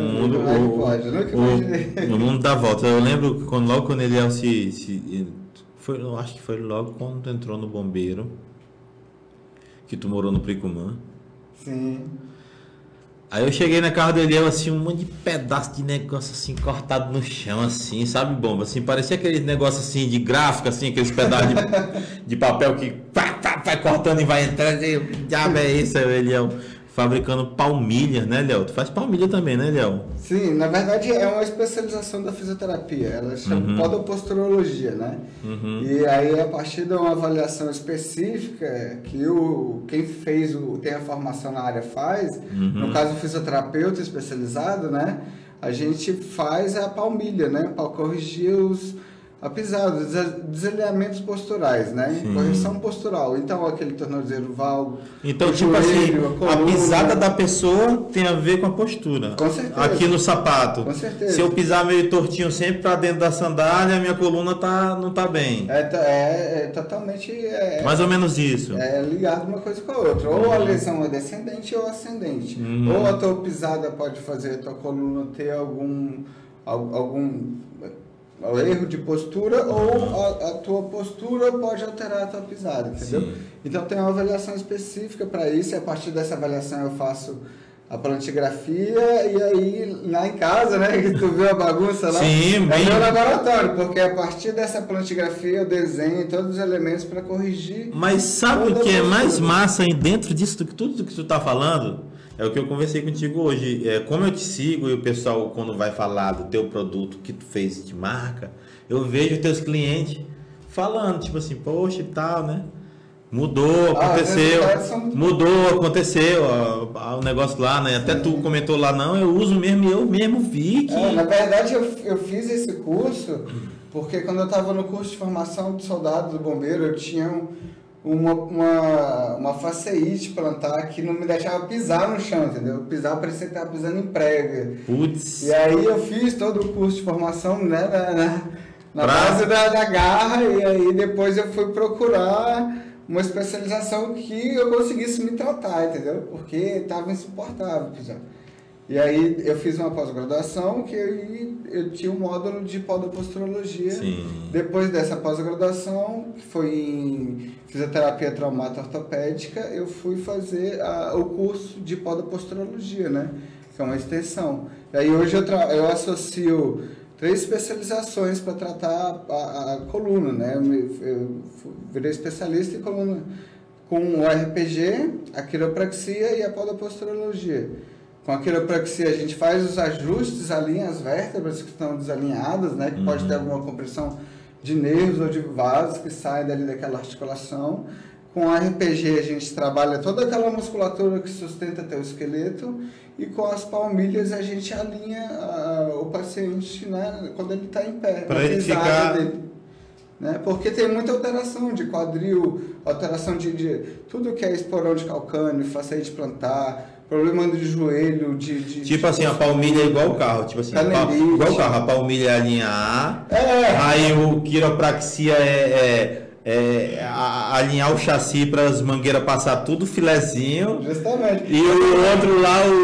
O mundo dá voltas. Eu lembro que logo quando ele eu acho que foi logo quando tu entrou no bombeiro, que tu morou no Pricumã. Sim. Aí eu cheguei na casa dele, assim, um monte de pedaço de negócio assim, cortado no chão, assim, sabe, bomba? Assim, parecia aqueles negócios assim de gráfico, assim, aqueles pedaços de papel que vai cortando e vai entrando. E diabo é isso, ele fabricando palmilha, né, Léo? Tu faz palmilha também, né, Léo? Sim, na verdade é uma especialização da fisioterapia, ela chama podoposturologia, né? E aí a partir de uma avaliação específica que quem tem a formação na área faz, no caso o fisioterapeuta especializado, né? A gente faz a palmilha, né? Para corrigir a pisada, desalinhamentos posturais, né? Sim. Correção postural. Então, aquele tornozelo valgo. Então, tipo joelho, assim, a pisada da pessoa tem a ver com a postura. Com certeza. Aqui no sapato. Com certeza. Se eu pisar meio tortinho sempre para dentro da sandália, a minha coluna não tá bem. É totalmente... mais ou menos isso. É ligado uma coisa com a outra. Ou a lesão é descendente ou ascendente. Ou a tua pisada pode fazer a tua coluna ter algum erro de postura, ou a tua postura pode alterar a tua pisada, entendeu? Sim. Então tem uma avaliação específica para isso, e a partir dessa avaliação eu faço a plantigrafia, e aí lá em casa, né, que tu viu a bagunça lá, sim, é meu laboratório, porque a partir dessa plantigrafia eu desenho todos os elementos para corrigir. Mas sabe o que é mais massa aí dentro disso, tudo que tu tá falando? É o que eu conversei contigo hoje. Como eu te sigo e o pessoal, quando vai falar do teu produto que tu fez de marca, eu vejo teus clientes falando, tipo assim, poxa e tal, né? Mudou, aconteceu o negócio lá, né? Até tu comentou lá, não, eu uso mesmo, e eu mesmo vi que... na verdade, eu fiz esse curso porque quando eu estava no curso de formação de soldado do bombeiro, eu tinha uma faceite plantar que não me deixava pisar no chão, entendeu? Pisar parecia que estava pisando em prega. Putz. E aí eu fiz todo o curso de formação, né, na base da garra, e aí depois eu fui procurar uma especialização que eu conseguisse me tratar, entendeu? Porque estava insuportável pisar. E aí eu fiz uma pós-graduação que eu tinha um módulo de podoposturologia. Sim. Depois dessa pós-graduação, que foi em fisioterapia traumato-ortopédica, eu fui fazer o curso de podoposturologia, né? Que é uma extensão. E aí hoje eu associo 3 especializações para tratar a coluna, né? Eu virei especialista em coluna com o RPG, a quiropraxia e a podoposturologia. Com a quiropraxia a gente faz os ajustes, alinha as vértebras que estão desalinhadas, né? Que pode ter alguma compressão de nervos ou de vasos que saem dali daquela articulação. Com a RPG a gente trabalha toda aquela musculatura que sustenta até o esqueleto e com as palmilhas a gente alinha o paciente, né, quando ele está em pé, para ele ficar... dele, né? Porque tem muita alteração de quadril, alteração de tudo que é esporão de calcâneo, facete plantar, problema de joelho, tipo assim, a palmilha é igual o carro, tipo assim, igual o carro, a palmilha é a linha A, aí o quiropraxia alinhar o chassi para as mangueiras passar tudo filezinho. Justamente. E o outro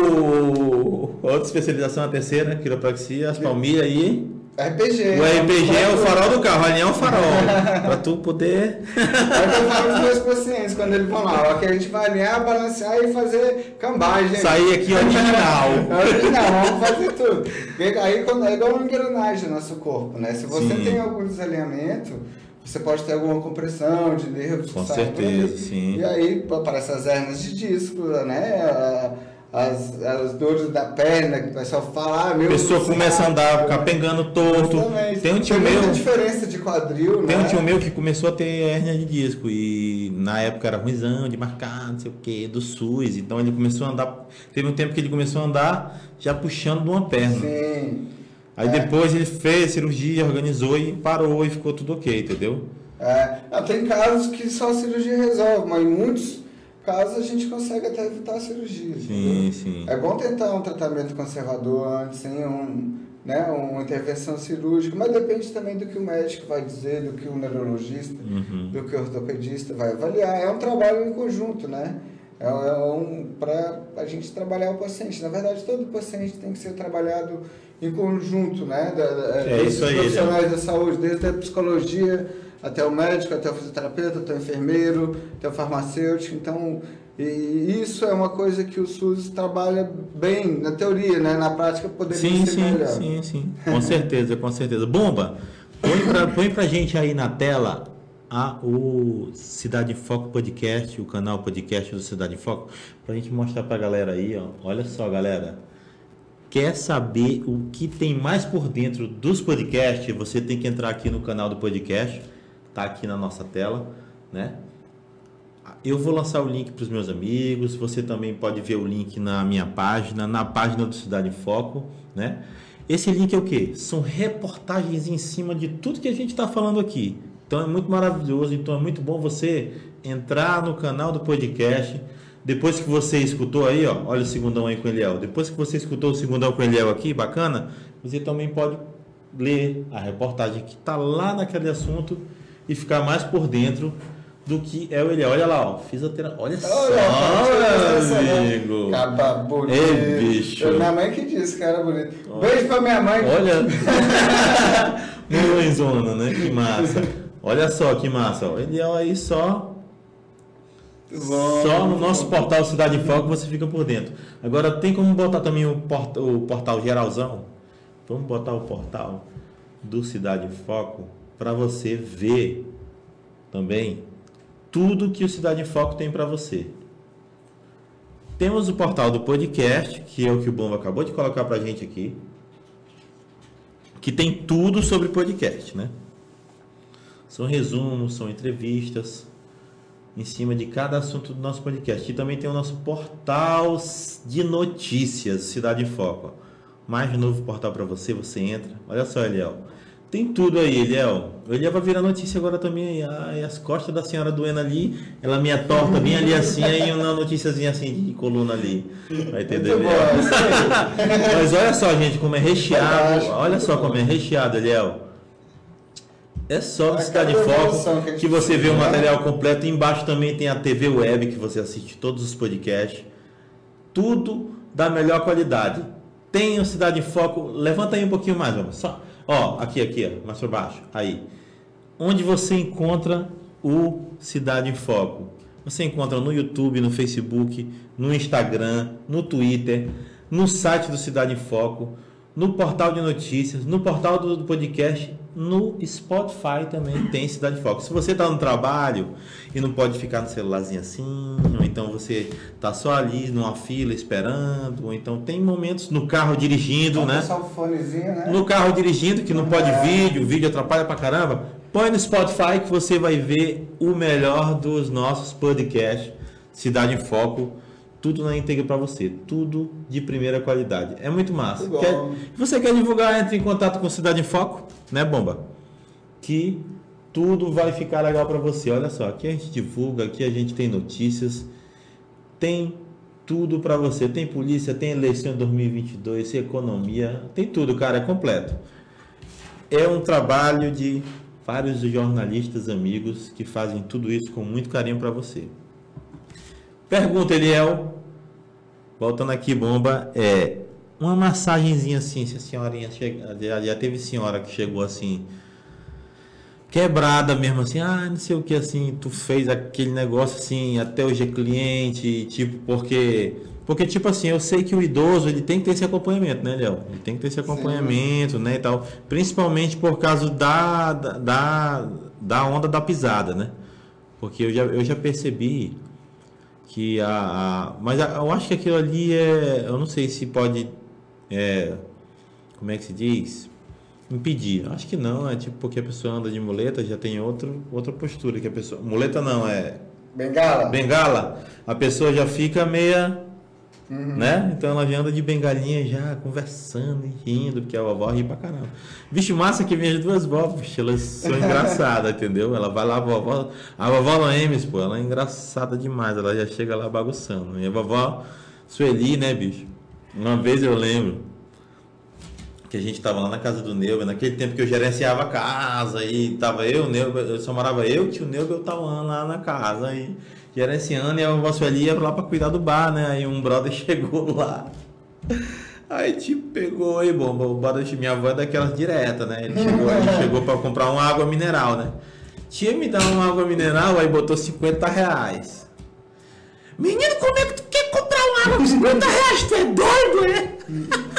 lá, outra especialização, a terceira, quiropraxia, as palmilhas aí. RPG. O RPG é o farol do carro, alinhar o farol. Para tu poder. É o que eu falo dos meus pacientes quando eles vão lá. Ó, que a gente vai alinhar, balancear e fazer cambagem. Sair aqui original. Original, vamos fazer tudo. Aí é igual uma engrenagem no nosso corpo, né? Se você tem algum desalinhamento, você pode ter alguma compressão de nervos. Com certeza, sim. E aí aparecem as hernias de disco, né? As dores da perna, que o pessoal fala, a pessoa começa a andar, ficar pegando torto. Tem um tio meu, diferença de quadril, tem um tio meu que começou a ter hérnia de disco e na época era ruimzão de marcar, não sei o que, do SUS, então ele começou a andar, teve um tempo que ele começou a andar já puxando de uma perna. Sim. Aí depois ele fez cirurgia, organizou e parou e ficou tudo ok, entendeu? Tem casos que só a cirurgia resolve, mas em muitos casos a gente consegue até evitar a cirurgia. Sim, sim. É bom tentar um tratamento conservador antes, sem uma intervenção cirúrgica, mas depende também do que o médico vai dizer, do que o neurologista, do que o ortopedista vai avaliar. É um trabalho em conjunto, né? Para a gente trabalhar o paciente. Na verdade, todo paciente tem que ser trabalhado em conjunto, né? Isso aí, profissionais da saúde, desde a psicologia até o médico, até o fisioterapeuta, até o enfermeiro, até o farmacêutico. Então, isso é uma coisa que o SUS trabalha bem na teoria, né? Na prática poderia ser melhor. Sim. Com certeza, com certeza. Bomba, põe pra gente aí na tela o Cidade em Foco Podcast, o canal podcast do Cidade em Foco, pra gente mostrar pra galera aí, ó. Olha só, galera. Quer saber o que tem mais por dentro dos podcasts? Você tem que entrar aqui no canal do podcast. Tá aqui na nossa tela, né? Eu vou lançar o link para os meus amigos. Você também pode ver o link na minha página, na página do Cidade em Foco, né? Esse link é o quê? São reportagens em cima de tudo que a gente está falando aqui. Então é muito maravilhoso. Então é muito bom você entrar no canal do podcast. Depois que você escutou aí, ó, olha o segundão aí com o Eliel. Depois que você escutou o segundão com o Eliel aqui, bacana, você também pode ler a reportagem que está lá naquele assunto e ficar mais por dentro do que é o Eliel. Olha lá, ó, fisioterapia. Olha só, amigo. Capa bonito. Ei, bicho. Minha mãe que disse que era bonito. Beijo pra minha mãe. Olha. Mãezona, né? Que massa. Olha só que massa. O Eliel aí só no nosso portal Cidade em Foco você fica por dentro. Agora tem como botar também o portal geralzão? Vamos botar o portal do Cidade em Foco para você ver também tudo que o Cidade em Foco tem para você. Temos o portal do podcast, que é o que o Bomba acabou de colocar para a gente aqui, que tem tudo sobre podcast, né? São resumos, são entrevistas em cima de cada assunto do nosso podcast. E também tem o nosso portal de notícias, Cidade em Foco. Mais novo portal para você, você entra. Olha só, Eliel. Tem tudo aí, Eliel. O Eliel vai virar notícia agora também. Ai, as costas da senhora doendo ali, ela meia torta, bem ali assim, aí uma noticiazinha assim de coluna ali. Vai entender, Eliel? Mas olha só, gente, como é recheado. Olha só como é recheado, Eliel. É só no Cidade em Foco que você vê o material completo. Embaixo também tem a TV Web, que você assiste todos os podcasts. Tudo da melhor qualidade. tem o Cidade em Foco. Levanta aí um pouquinho mais, vamos. Só, ó, aqui, ó, mais para baixo. Aí. Onde você encontra o Cidade em Foco? Você encontra no YouTube, no Facebook, no Instagram, no Twitter, no site do Cidade em Foco, no portal de notícias, no portal do podcast, no Spotify também tem Cidade em Foco. Se você está no trabalho e não pode ficar no celularzinho assim, ou então você está só ali numa fila esperando, ou então tem momentos no carro dirigindo, né? Só o fonezinho, né? No carro dirigindo que não pode vídeo, o vídeo atrapalha pra caramba. Põe no Spotify que você vai ver o melhor dos nossos podcasts, Cidade em Foco. Tudo na íntegra para você, tudo de primeira qualidade. É muito massa. Você quer divulgar, entre em contato com Cidade em Foco, né, Bomba? Que tudo vai ficar legal para você. Olha só, aqui a gente divulga, aqui a gente tem notícias, tem tudo para você. Tem polícia, tem eleição 2022, tem economia, tem tudo, cara, é completo. É um trabalho de vários jornalistas amigos que fazem tudo isso com muito carinho para você. Pergunta, Eliel, voltando aqui, Bomba, uma massagenzinha assim, se a senhorinha chega, já teve senhora que chegou assim, quebrada mesmo assim, não sei o que assim, tu fez aquele negócio assim, até hoje é cliente, tipo, porque tipo assim, eu sei que o idoso, ele tem que ter esse acompanhamento, né, Eliel? Ele tem que ter esse acompanhamento, né, e tal, principalmente por causa da onda da pisada, né, porque eu já percebi que mas eu acho que aquilo ali eu não sei se pode, como é que se diz? Impedir. Acho que não, tipo porque a pessoa anda de muleta, já tem outra postura que a pessoa, muleta não, bengala, a pessoa já fica meia, né? Então ela já anda de bengalinha já, conversando e rindo, porque a vovó ri pra caramba. Vixe, massa que vem as duas vovós, elas são engraçadas, entendeu? Ela vai lá, a vovó Noemes, pô, ela é engraçada demais, ela já chega lá bagunçando. E a vovó Sueli, né, bicho? Uma vez eu lembro que a gente tava lá na casa do Neuber, naquele tempo que eu gerenciava a casa, e tava só morava eu, o tio Neuber, eu tava lá na casa, aí gerenciando, e a vovó Sueli ia lá pra cuidar do bar, né? Aí um brother chegou lá. Aí tipo, pegou aí, Bomba, o bar da minha avó é daquelas direta, né? Ele chegou pra comprar uma água mineral, né? Tia, me dá uma água mineral, aí botou R$50. Menino, como é que tu quer comprar uma água por R$50? Tu é doido,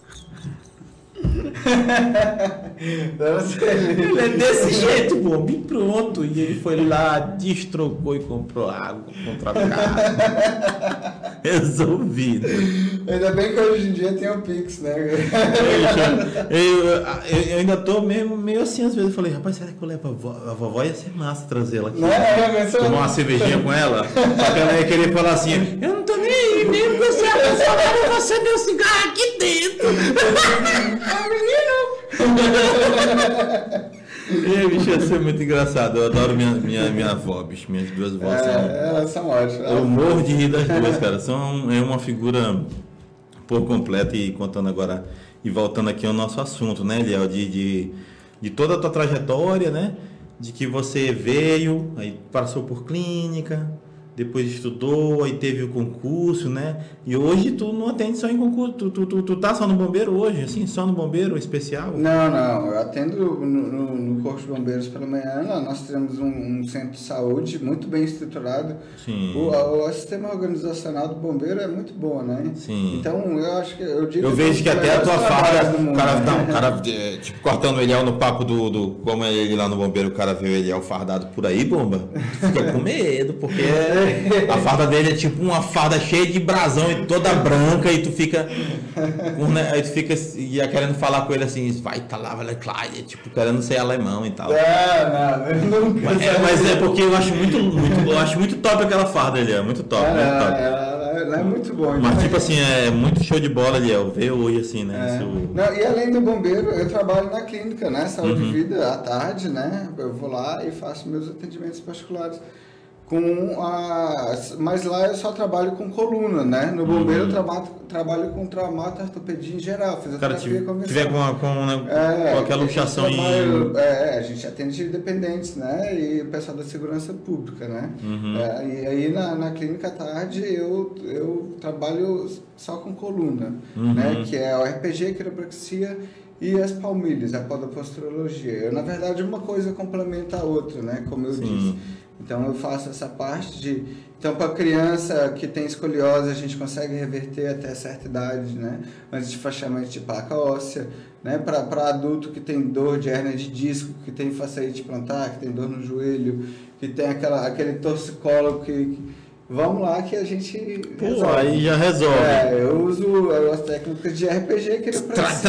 Ele é desse jeito, pô, bem pronto. E ele foi lá, destrocou e comprou água contra a casa. Resolvido. Ainda bem que hoje em dia tem o Pix, né? Eu ainda tô meio assim, às vezes eu falei, rapaz, será que eu levo a vovó? Ia ser massa trazer ela aqui. Tomar uma cervejinha com ela. Só que ela ia querer falar assim, eu não tô nem aí, nem porque você você deu cigarro aqui dentro. Bicho, ia ser muito engraçado. Eu adoro minha avó, bicho. Minhas duas vós elas são ótimas. Eu morro de rir das duas, cara. É uma figura por completo. E contando agora e voltando aqui ao nosso assunto, né, Eliel? De toda a tua trajetória, né? De que você veio, aí passou por clínica, depois estudou, aí teve o concurso, né? E hoje tu não atende só em concurso, tu tá só no bombeiro hoje, assim, só no bombeiro especial? Não, eu atendo no Corpo de Bombeiros pela manhã, nós temos um centro de saúde muito bem estruturado. Sim. O sistema organizacional do bombeiro é muito bom, né? Sim. Então, eu acho que... Eu vejo que até a tua farda, o cara, tipo, cortando o Eliel no papo como é ele lá no bombeiro, o cara vê o Eliel fardado por aí, Bomba, fica com medo, porque a farda dele é tipo uma farda cheia de brasão e toda branca, e tu fica aí tu fica querendo falar com ele assim, vai tá lá, vai Clyde, tipo, querendo ser alemão e tal. Não, nunca. Mas é porque eu acho muito top aquela farda, ele é muito top, muito top. Ela é muito boa. Mas tipo assim, é muito show de bola, ali, eu vejo hoje assim, né? Não, e além do bombeiro, eu trabalho na clínica, né? Saúde e vida, à tarde, né? Eu vou lá e faço meus atendimentos particulares. Mas lá eu só trabalho com coluna, né? No bombeiro eu trabalho com traumato, ortopedia em geral. Cara, tiver qualquer luxação a gente atende dependentes, né? E o pessoal da segurança pública, né? E aí na clínica à tarde eu trabalho só com coluna, né? Que é o RPG, quiropraxia e as palmilhas, a podoposturologia. Na verdade, uma coisa complementa a outra, né? Como eu disse. Então eu faço essa parte de... Então para criança que tem escoliose a gente consegue reverter até certa idade, né? Antes de fechamento de placa óssea, né? Para adulto que tem dor de hérnia de disco, que tem fasciite plantar, que tem dor no joelho, que tem aquele torcicolo que vamos lá que a gente resolve. Aí já resolve. Eu uso as técnicas de RPG que ele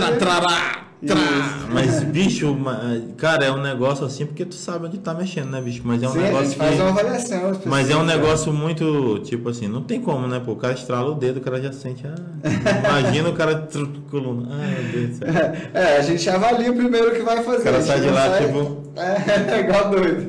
Mas, bicho, cara, é um negócio assim, porque tu sabe onde tá mexendo, né, bicho? Mas é um negócio a gente faz uma avaliação. Mas é um negócio muito, tipo assim, não tem como, né? Pô, o cara estrala o dedo, o cara já sente. Imagina o cara coluna. Meu Deus do céu. A gente avalia primeiro o que vai fazer. O cara sai de lá, tipo. Igual doido.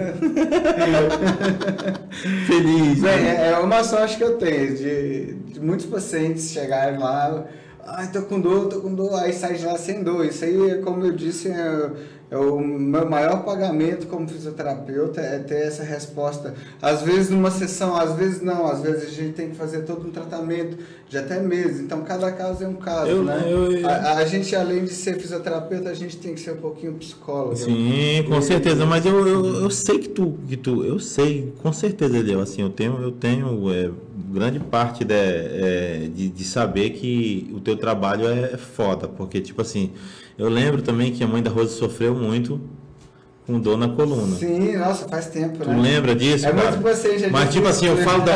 Feliz. É uma sorte que eu tenho de muitos pacientes chegarem lá. Tô com dor, aí sai de lá sem dor. Isso aí, como eu disse, é o meu maior pagamento como fisioterapeuta, é ter essa resposta. Às vezes numa sessão, às vezes não, às vezes a gente tem que fazer todo um tratamento de até meses. Então cada caso é um caso, né? A gente, além de ser fisioterapeuta, a gente tem que ser um pouquinho psicólogo. Sim, com certeza, mas eu sei que tu, eu sei, com certeza, Eliel, assim, eu tenho grande parte de saber que o teu trabalho é foda, porque, tipo assim, eu lembro também que a mãe da Rose sofreu muito com dor na coluna. Sim, nossa, faz tempo, né? Tu lembra disso, cara? Muito paciente. Mas, tipo assim, eu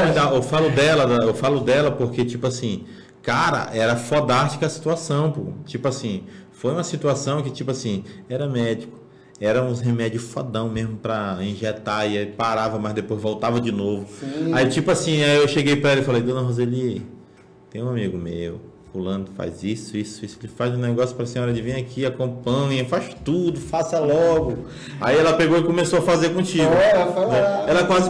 falo dela porque, tipo assim, cara, era fodástica a situação, pô. Tipo assim, foi uma situação que, tipo assim, era médico. Era uns remédios fodão mesmo pra injetar e aí parava, mas depois voltava de novo. Sim. Aí tipo assim, aí eu cheguei pra ela e falei, dona Roseli, tem um amigo meu, fulano faz isso, ele faz um negócio pra senhora de vir aqui, acompanha, faz tudo, faça logo. Aí ela pegou e começou a fazer contigo. Ela quase...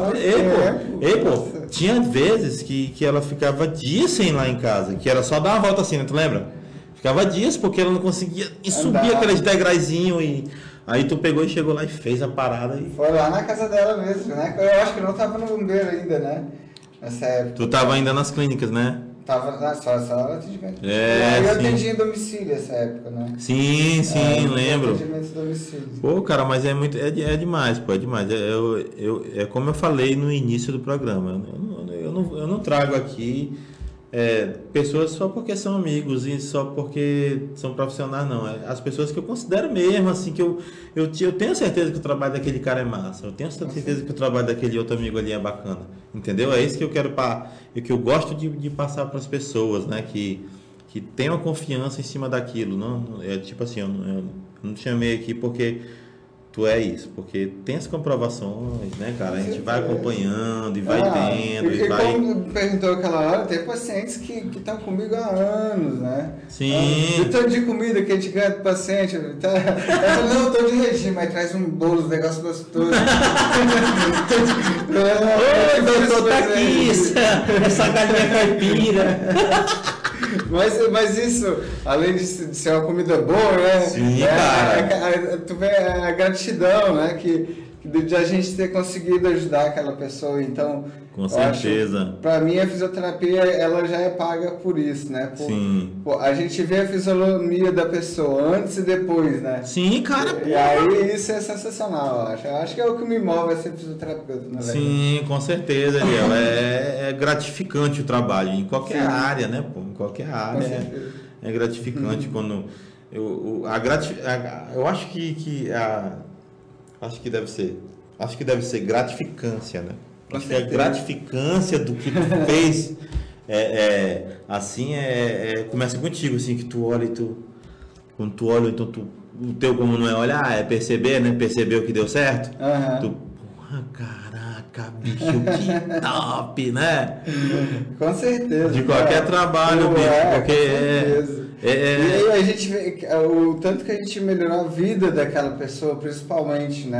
pô, tinha vezes que ela ficava dias sem ir lá em casa, que era só dar uma volta assim, né? Tu lembra? Ficava dias porque ela não conseguia subir aqueles degraizinhos e... Aí tu pegou e chegou lá e fez a parada e... Foi lá na casa dela mesmo, né? Eu acho que não tava no bombeiro ainda, né? Nessa época. Tu tava ainda nas clínicas, né? Tava na sala de atendimento. Eu atendi em domicílio essa época, né? Sim, lembro. Atendimento em domicílio. Pô, cara, mas é muito... É demais, pô, é demais. É como eu falei no início do programa. Eu não trago aqui... pessoas só porque são amigos e só porque são profissionais, não. As pessoas que eu considero mesmo, assim, que eu tenho certeza que o trabalho daquele cara é massa. Eu tenho certeza que o trabalho daquele outro amigo ali é bacana. Entendeu? É isso que eu quero que eu gosto de passar para as pessoas, né? Que tenham confiança em cima daquilo. Não, é tipo assim, eu não te chamei aqui porque... Tu é isso, porque tem as comprovações, né, cara? A gente vai acompanhando e vai tendo. E vai... como perguntou aquela hora, tem pacientes que estão comigo há anos, né? Sim. O tanto de comida que a gente ganha do paciente. Tá? Não, estou de regime, aí traz um bolo, um negócio gostoso. Oi, doutor, tá aqui, essa galinha caipira. Mas isso, além de ser uma comida boa, né? Sim, cara. Tu vê a gratidão, né? De a gente ter conseguido ajudar aquela pessoa. Então, com certeza. Para mim, a fisioterapia, ela já é paga por isso, né? Sim. A gente vê a fisionomia da pessoa antes e depois, né? Sim, cara. E aí, isso é sensacional, eu acho. Eu acho que é o que me move a ser fisioterapeuta, na verdade. Sim, com certeza, Eliel. É gratificante o trabalho, em qualquer área, né? Pô, em qualquer área é gratificante quando... Eu acho que deve ser gratificância, né? Acho que a gratificância do que tu fez começa contigo, assim, que tu olha e quando tu olha, então o teu como não é olhar, é perceber, né? Perceber o que deu certo. Tu, porra, caraca, bicho, que top, né? Com certeza. De qualquer trabalho, bicho, porque e aí a gente vê o tanto que a gente melhorou a vida daquela pessoa, principalmente, né?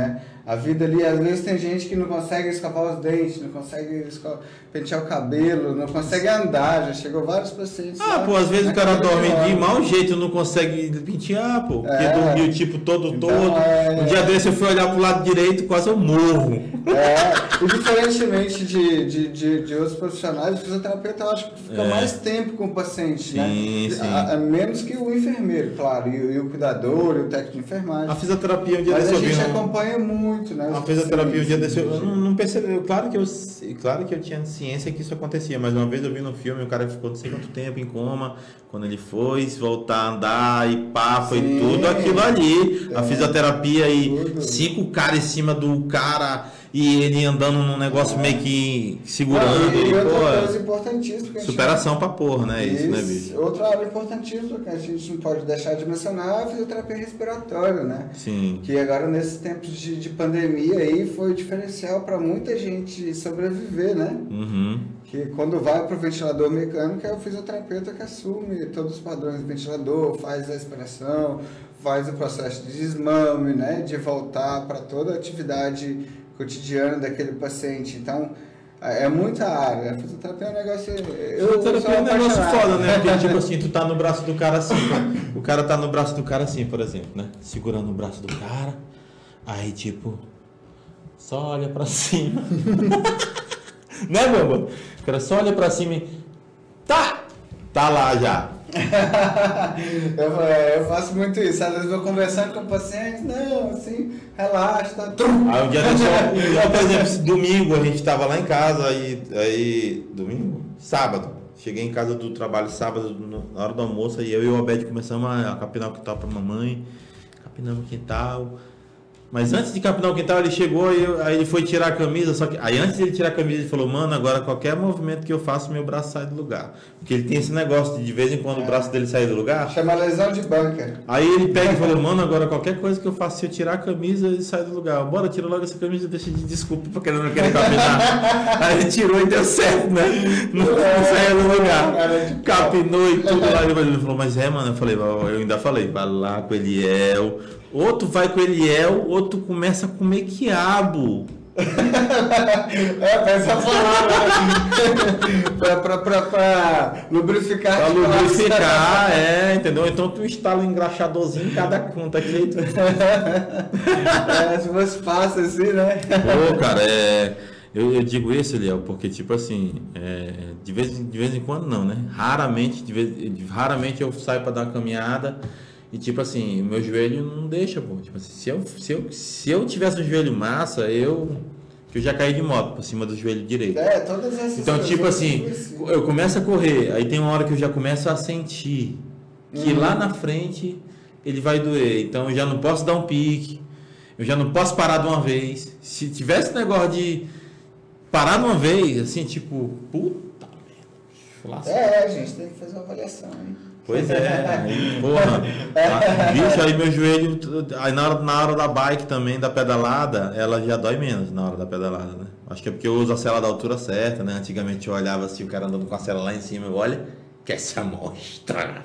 A vida ali, às vezes tem gente que não consegue escovar os dentes, não consegue pentear o cabelo, não consegue andar, já chegou vários pacientes. Pô, às vezes o cara dorme de mau jeito, não consegue pentear, pô, porque dormiu tipo todo. Um dia desse eu fui olhar pro lado direito, quase eu morro. E diferentemente de outros profissionais, o fisioterapeuta eu acho que fica mais tempo com o paciente, né? Menos que o enfermeiro, claro, e o cuidador, e o técnico de enfermagem. A fisioterapia um dia desse eu vi. Mas a gente acompanha muito, né? A fisioterapia um dia desse eu não percebi. Claro que eu tinha ciência que isso acontecia, mas uma vez eu vi no filme um cara que ficou não sei quanto tempo em coma, quando ele foi voltar a andar e foi tudo aquilo ali. A fisioterapia e 5 caras em cima do cara e ele andando num negócio meio que segurando. E outra coisa importantíssima. Superação pra porra, né? Isso, né, bicho? Outra área importantíssima que a gente não pode deixar de mencionar é a fisioterapia respiratória, né? Sim. Que agora nesses tempos de pandemia aí foi diferencial para muita gente sobreviver, né? Que quando vai para o ventilador mecânico é o fisioterapeuta que assume todos os padrões do ventilador, faz a respiração, faz o processo de desmame, né? De voltar para toda a atividade cotidiana daquele paciente. Então, é muita área. A fisioterapia é um negócio... Fisioterapia é um negócio foda, né? Porque, tipo assim, tu tá no braço do cara assim, o cara tá no braço do cara assim, por exemplo, né? Segurando o braço do cara, aí, tipo, só olha pra cima. Né, meu amor? O cara só olha pra cima e... Tá lá já. Eu faço muito isso. Às vezes eu vou conversando com o paciente, não, assim, relaxa, tá. Aí um dia por exemplo, domingo a gente tava lá em casa, aí domingo? Sábado. Cheguei em casa do trabalho sábado, na hora do almoço, e eu e o Obed começamos a capinar o quintal pra mamãe. Capinamos o quintal. Mas antes de capinar o quintal, ele chegou aí ele foi tirar a camisa, só que aí antes de ele tirar a camisa, ele falou, mano, agora qualquer movimento que eu faço, meu braço sai do lugar. Porque ele tem esse negócio de vez em quando o braço dele sair do lugar. Chama lesão de banca. Aí ele pega e falou, mano, agora qualquer coisa que eu faço, se eu tirar a camisa, ele sai do lugar. Bora, tira logo essa camisa e deixa de desculpa porque ele não quer capinar. Aí ele tirou e deu certo, né? Não saiu do lugar. Capinou e tudo lá. Ele falou, mas mano, eu ainda falei, vai lá com o Eliel. Outro vai com o Eliel, outro começa a comer quiabo. Essa palavra pra lubrificar. Pra lubrificar, entendeu? Então tu instala um engraxadorzinho em cada conta aqui. Se você passa assim, né? Pô, cara, eu digo isso, Eliel, porque tipo assim, de vez em quando não, né? Raramente eu saio pra dar uma caminhada. E tipo assim, o meu joelho não deixa, pô. Tipo assim, se eu tivesse um joelho massa, eu já caí de moto por cima do joelho direito. Todas essas então, tipo assim, eu começo a correr, aí tem uma hora que eu já começo a sentir que lá na frente ele vai doer. Então eu já não posso dar um pique, eu já não posso parar de uma vez. Se tivesse negócio de parar de uma vez, assim, tipo, puta merda. A gente tem que fazer uma avaliação, hein? Pois aí, porra, bicho, aí meu joelho, aí na hora da bike também, da pedalada, ela já dói menos na hora da pedalada, né? Acho que é porque eu uso a sela da altura certa, né? Antigamente eu olhava assim, o cara andando com a sela lá em cima, eu olho, quer se amostra.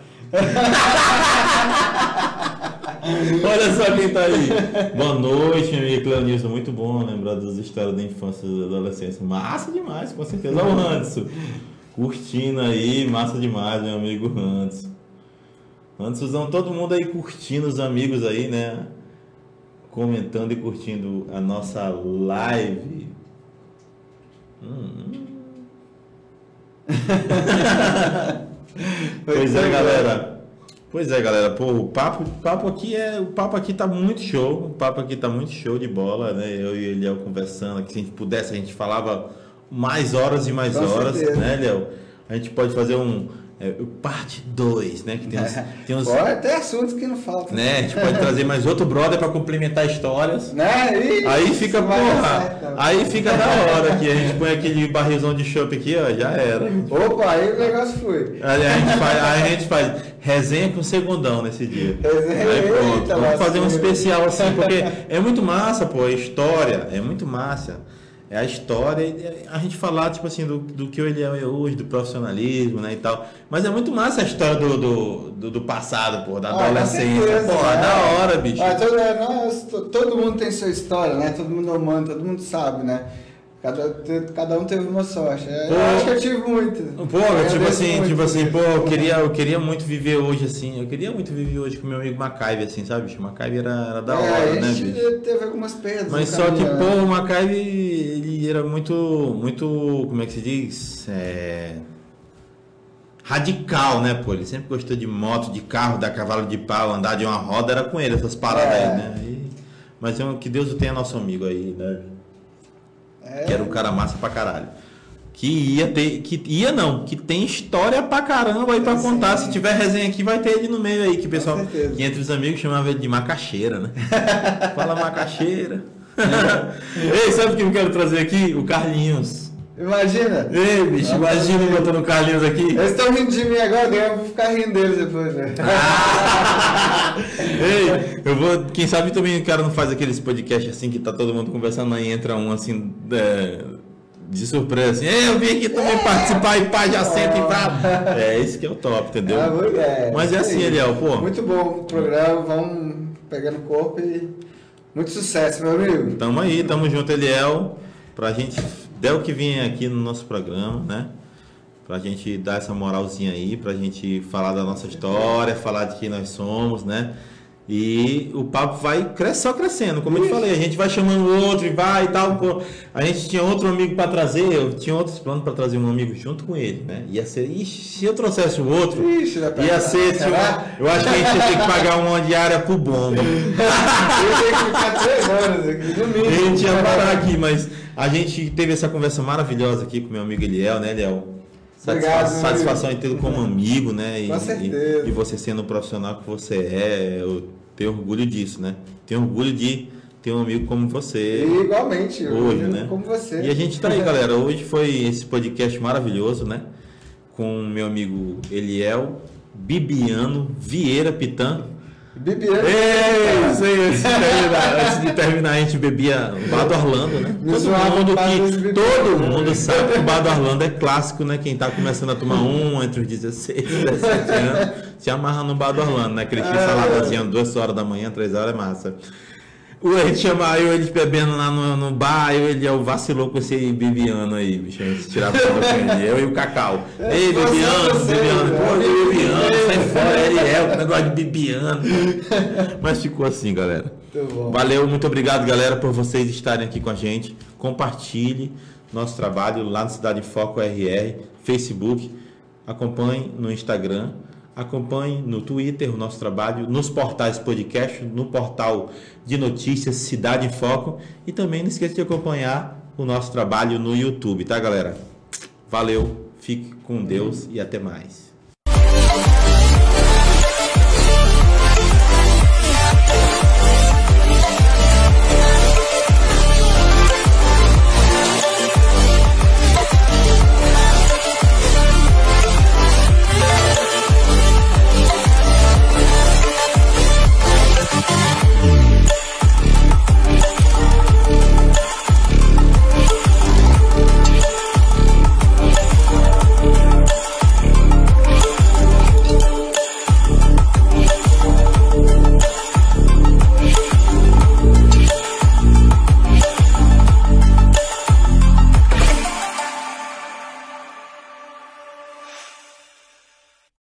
Olha só quem tá aí. Boa noite, meu amigo Cleonilson, muito bom lembrar das histórias da infância e da adolescência, massa demais, com certeza. Olha o Anderson, curtindo aí, massa demais, meu amigo Anderson. Anderson, todo mundo aí curtindo, os amigos aí, né? Comentando e curtindo a nossa live. Pois é, galera. Pô, o papo aqui tá muito show. O papo aqui tá muito show de bola, né? Eu e o Eliel conversando aqui, se a gente pudesse, a gente falava mais horas e mais horas, né, Eliel? A gente pode fazer parte 2, né? Que tem uns até assuntos que não faltam. Né? A gente pode trazer mais outro brother para complementar histórias. Né? Aí fica, porra. Aí fica da hora que a gente põe aquele barrilzão de chopp aqui, ó, já era. Opa, aí o negócio foi. Aí a gente faz resenha com segundão nesse dia. Aí pronto, vamos fazer um especial assim, porque é muito massa, pô, a história é muito massa. é a história, e a gente falar, tipo assim, do que ele é hoje, do profissionalismo, né, e tal. Mas é muito massa a história do passado, pô, da adolescência. Certeza, pô, da hora, bicho. Todo mundo tem sua história, né? Todo mundo é humano, todo mundo sabe, né? Cada um teve uma sorte. Eu acho que eu tive muito. Pô, eu queria muito viver hoje, assim. Eu queria muito viver hoje com meu amigo McIver, assim, sabe, bicho? O McIver era da hora, né, bicho? Teve algumas perdas. Mas só que, pô, o McIver, ele era muito, como é que se diz? Radical, né, pô? Ele sempre gostou de moto, de carro, dar cavalo de pau, andar de uma roda, era com ele, essas paradas aí, né? Mas que Deus o tenha nosso amigo aí, né? Que era um cara massa pra caralho. Que tem história pra caramba aí pra contar. Se tiver resenha aqui, vai ter ele no meio aí, que o pessoal, que entre os amigos chamava ele de macaxeira, né? Fala macaxeira. Ei, sabe o que eu quero trazer aqui? O Carlinhos. Imagina! Ei, bicho, imagina botando o Carlinhos aqui. Eles estão rindo de mim agora, eu vou ficar rindo deles depois, né? Ei, quem sabe também o cara não faz aqueles podcasts assim que tá todo mundo conversando, aí entra um assim de surpresa, assim, eu vim aqui também participar e pá, já senta e pá. Esse que é o top, entendeu? Mas é assim, Eliel, pô. Muito bom o programa, vamos pegando corpo e muito sucesso, meu amigo. Tamo aí, tamo junto, Eliel, pra gente der o que vem aqui no nosso programa, né? Pra gente dar essa moralzinha aí, pra gente falar da nossa história, falar de quem nós somos, né? E o papo vai só crescendo, como eu te falei, a gente vai chamando o outro e vai e tal. Pô. A gente tinha outro amigo para trazer, eu tinha outros planos para trazer um amigo junto com ele, né? Ia ser, se eu trouxesse o outro, ia ser, eu acho que a gente ia ter que pagar uma diária pro bomba. Eu tenho que ficar 3 horas aqui, no mínimo. A gente ia parar aqui, mas a gente teve essa conversa maravilhosa aqui com meu amigo Eliel, né, Eliel? Satisfação em tê-lo como amigo, né? Com certeza. E você sendo o profissional que você eu tenho orgulho disso, né? Tenho orgulho de ter um amigo como você. E igualmente, hoje, né? Como você. E a gente tá aí, galera. Hoje foi esse podcast maravilhoso, né? Com meu amigo Eliel Bibiano Vieira Pitan. Bibiano. Antes de terminar, a gente bebia o Bar do Orlando, né? Todo mundo sabe que o Bar do Orlando é clássico, né? Quem tá começando a tomar entre os 16 e 17 anos, se amarra no Bar do Orlando, né? Aquele saladazinho 2 horas da manhã, 3 horas é massa. A gente chama eles bebendo lá no bar, ele vacilou com esse Bibiano aí, bicho. A gente tirava foto com ele, eu e o Cacau. Ei, Bibiano, sai fora, ele negócio de Bibiano. Mas ficou assim, galera. Valeu, muito obrigado, galera, por vocês estarem aqui com a gente. Compartilhe nosso trabalho lá no Cidade em Foco RR, Facebook. Acompanhe no Instagram. Acompanhe no Twitter o nosso trabalho, nos portais podcast, no portal de notícias Cidade em Foco e também não esqueça de acompanhar o nosso trabalho no YouTube, tá, galera? Valeu, fique com Deus e até mais.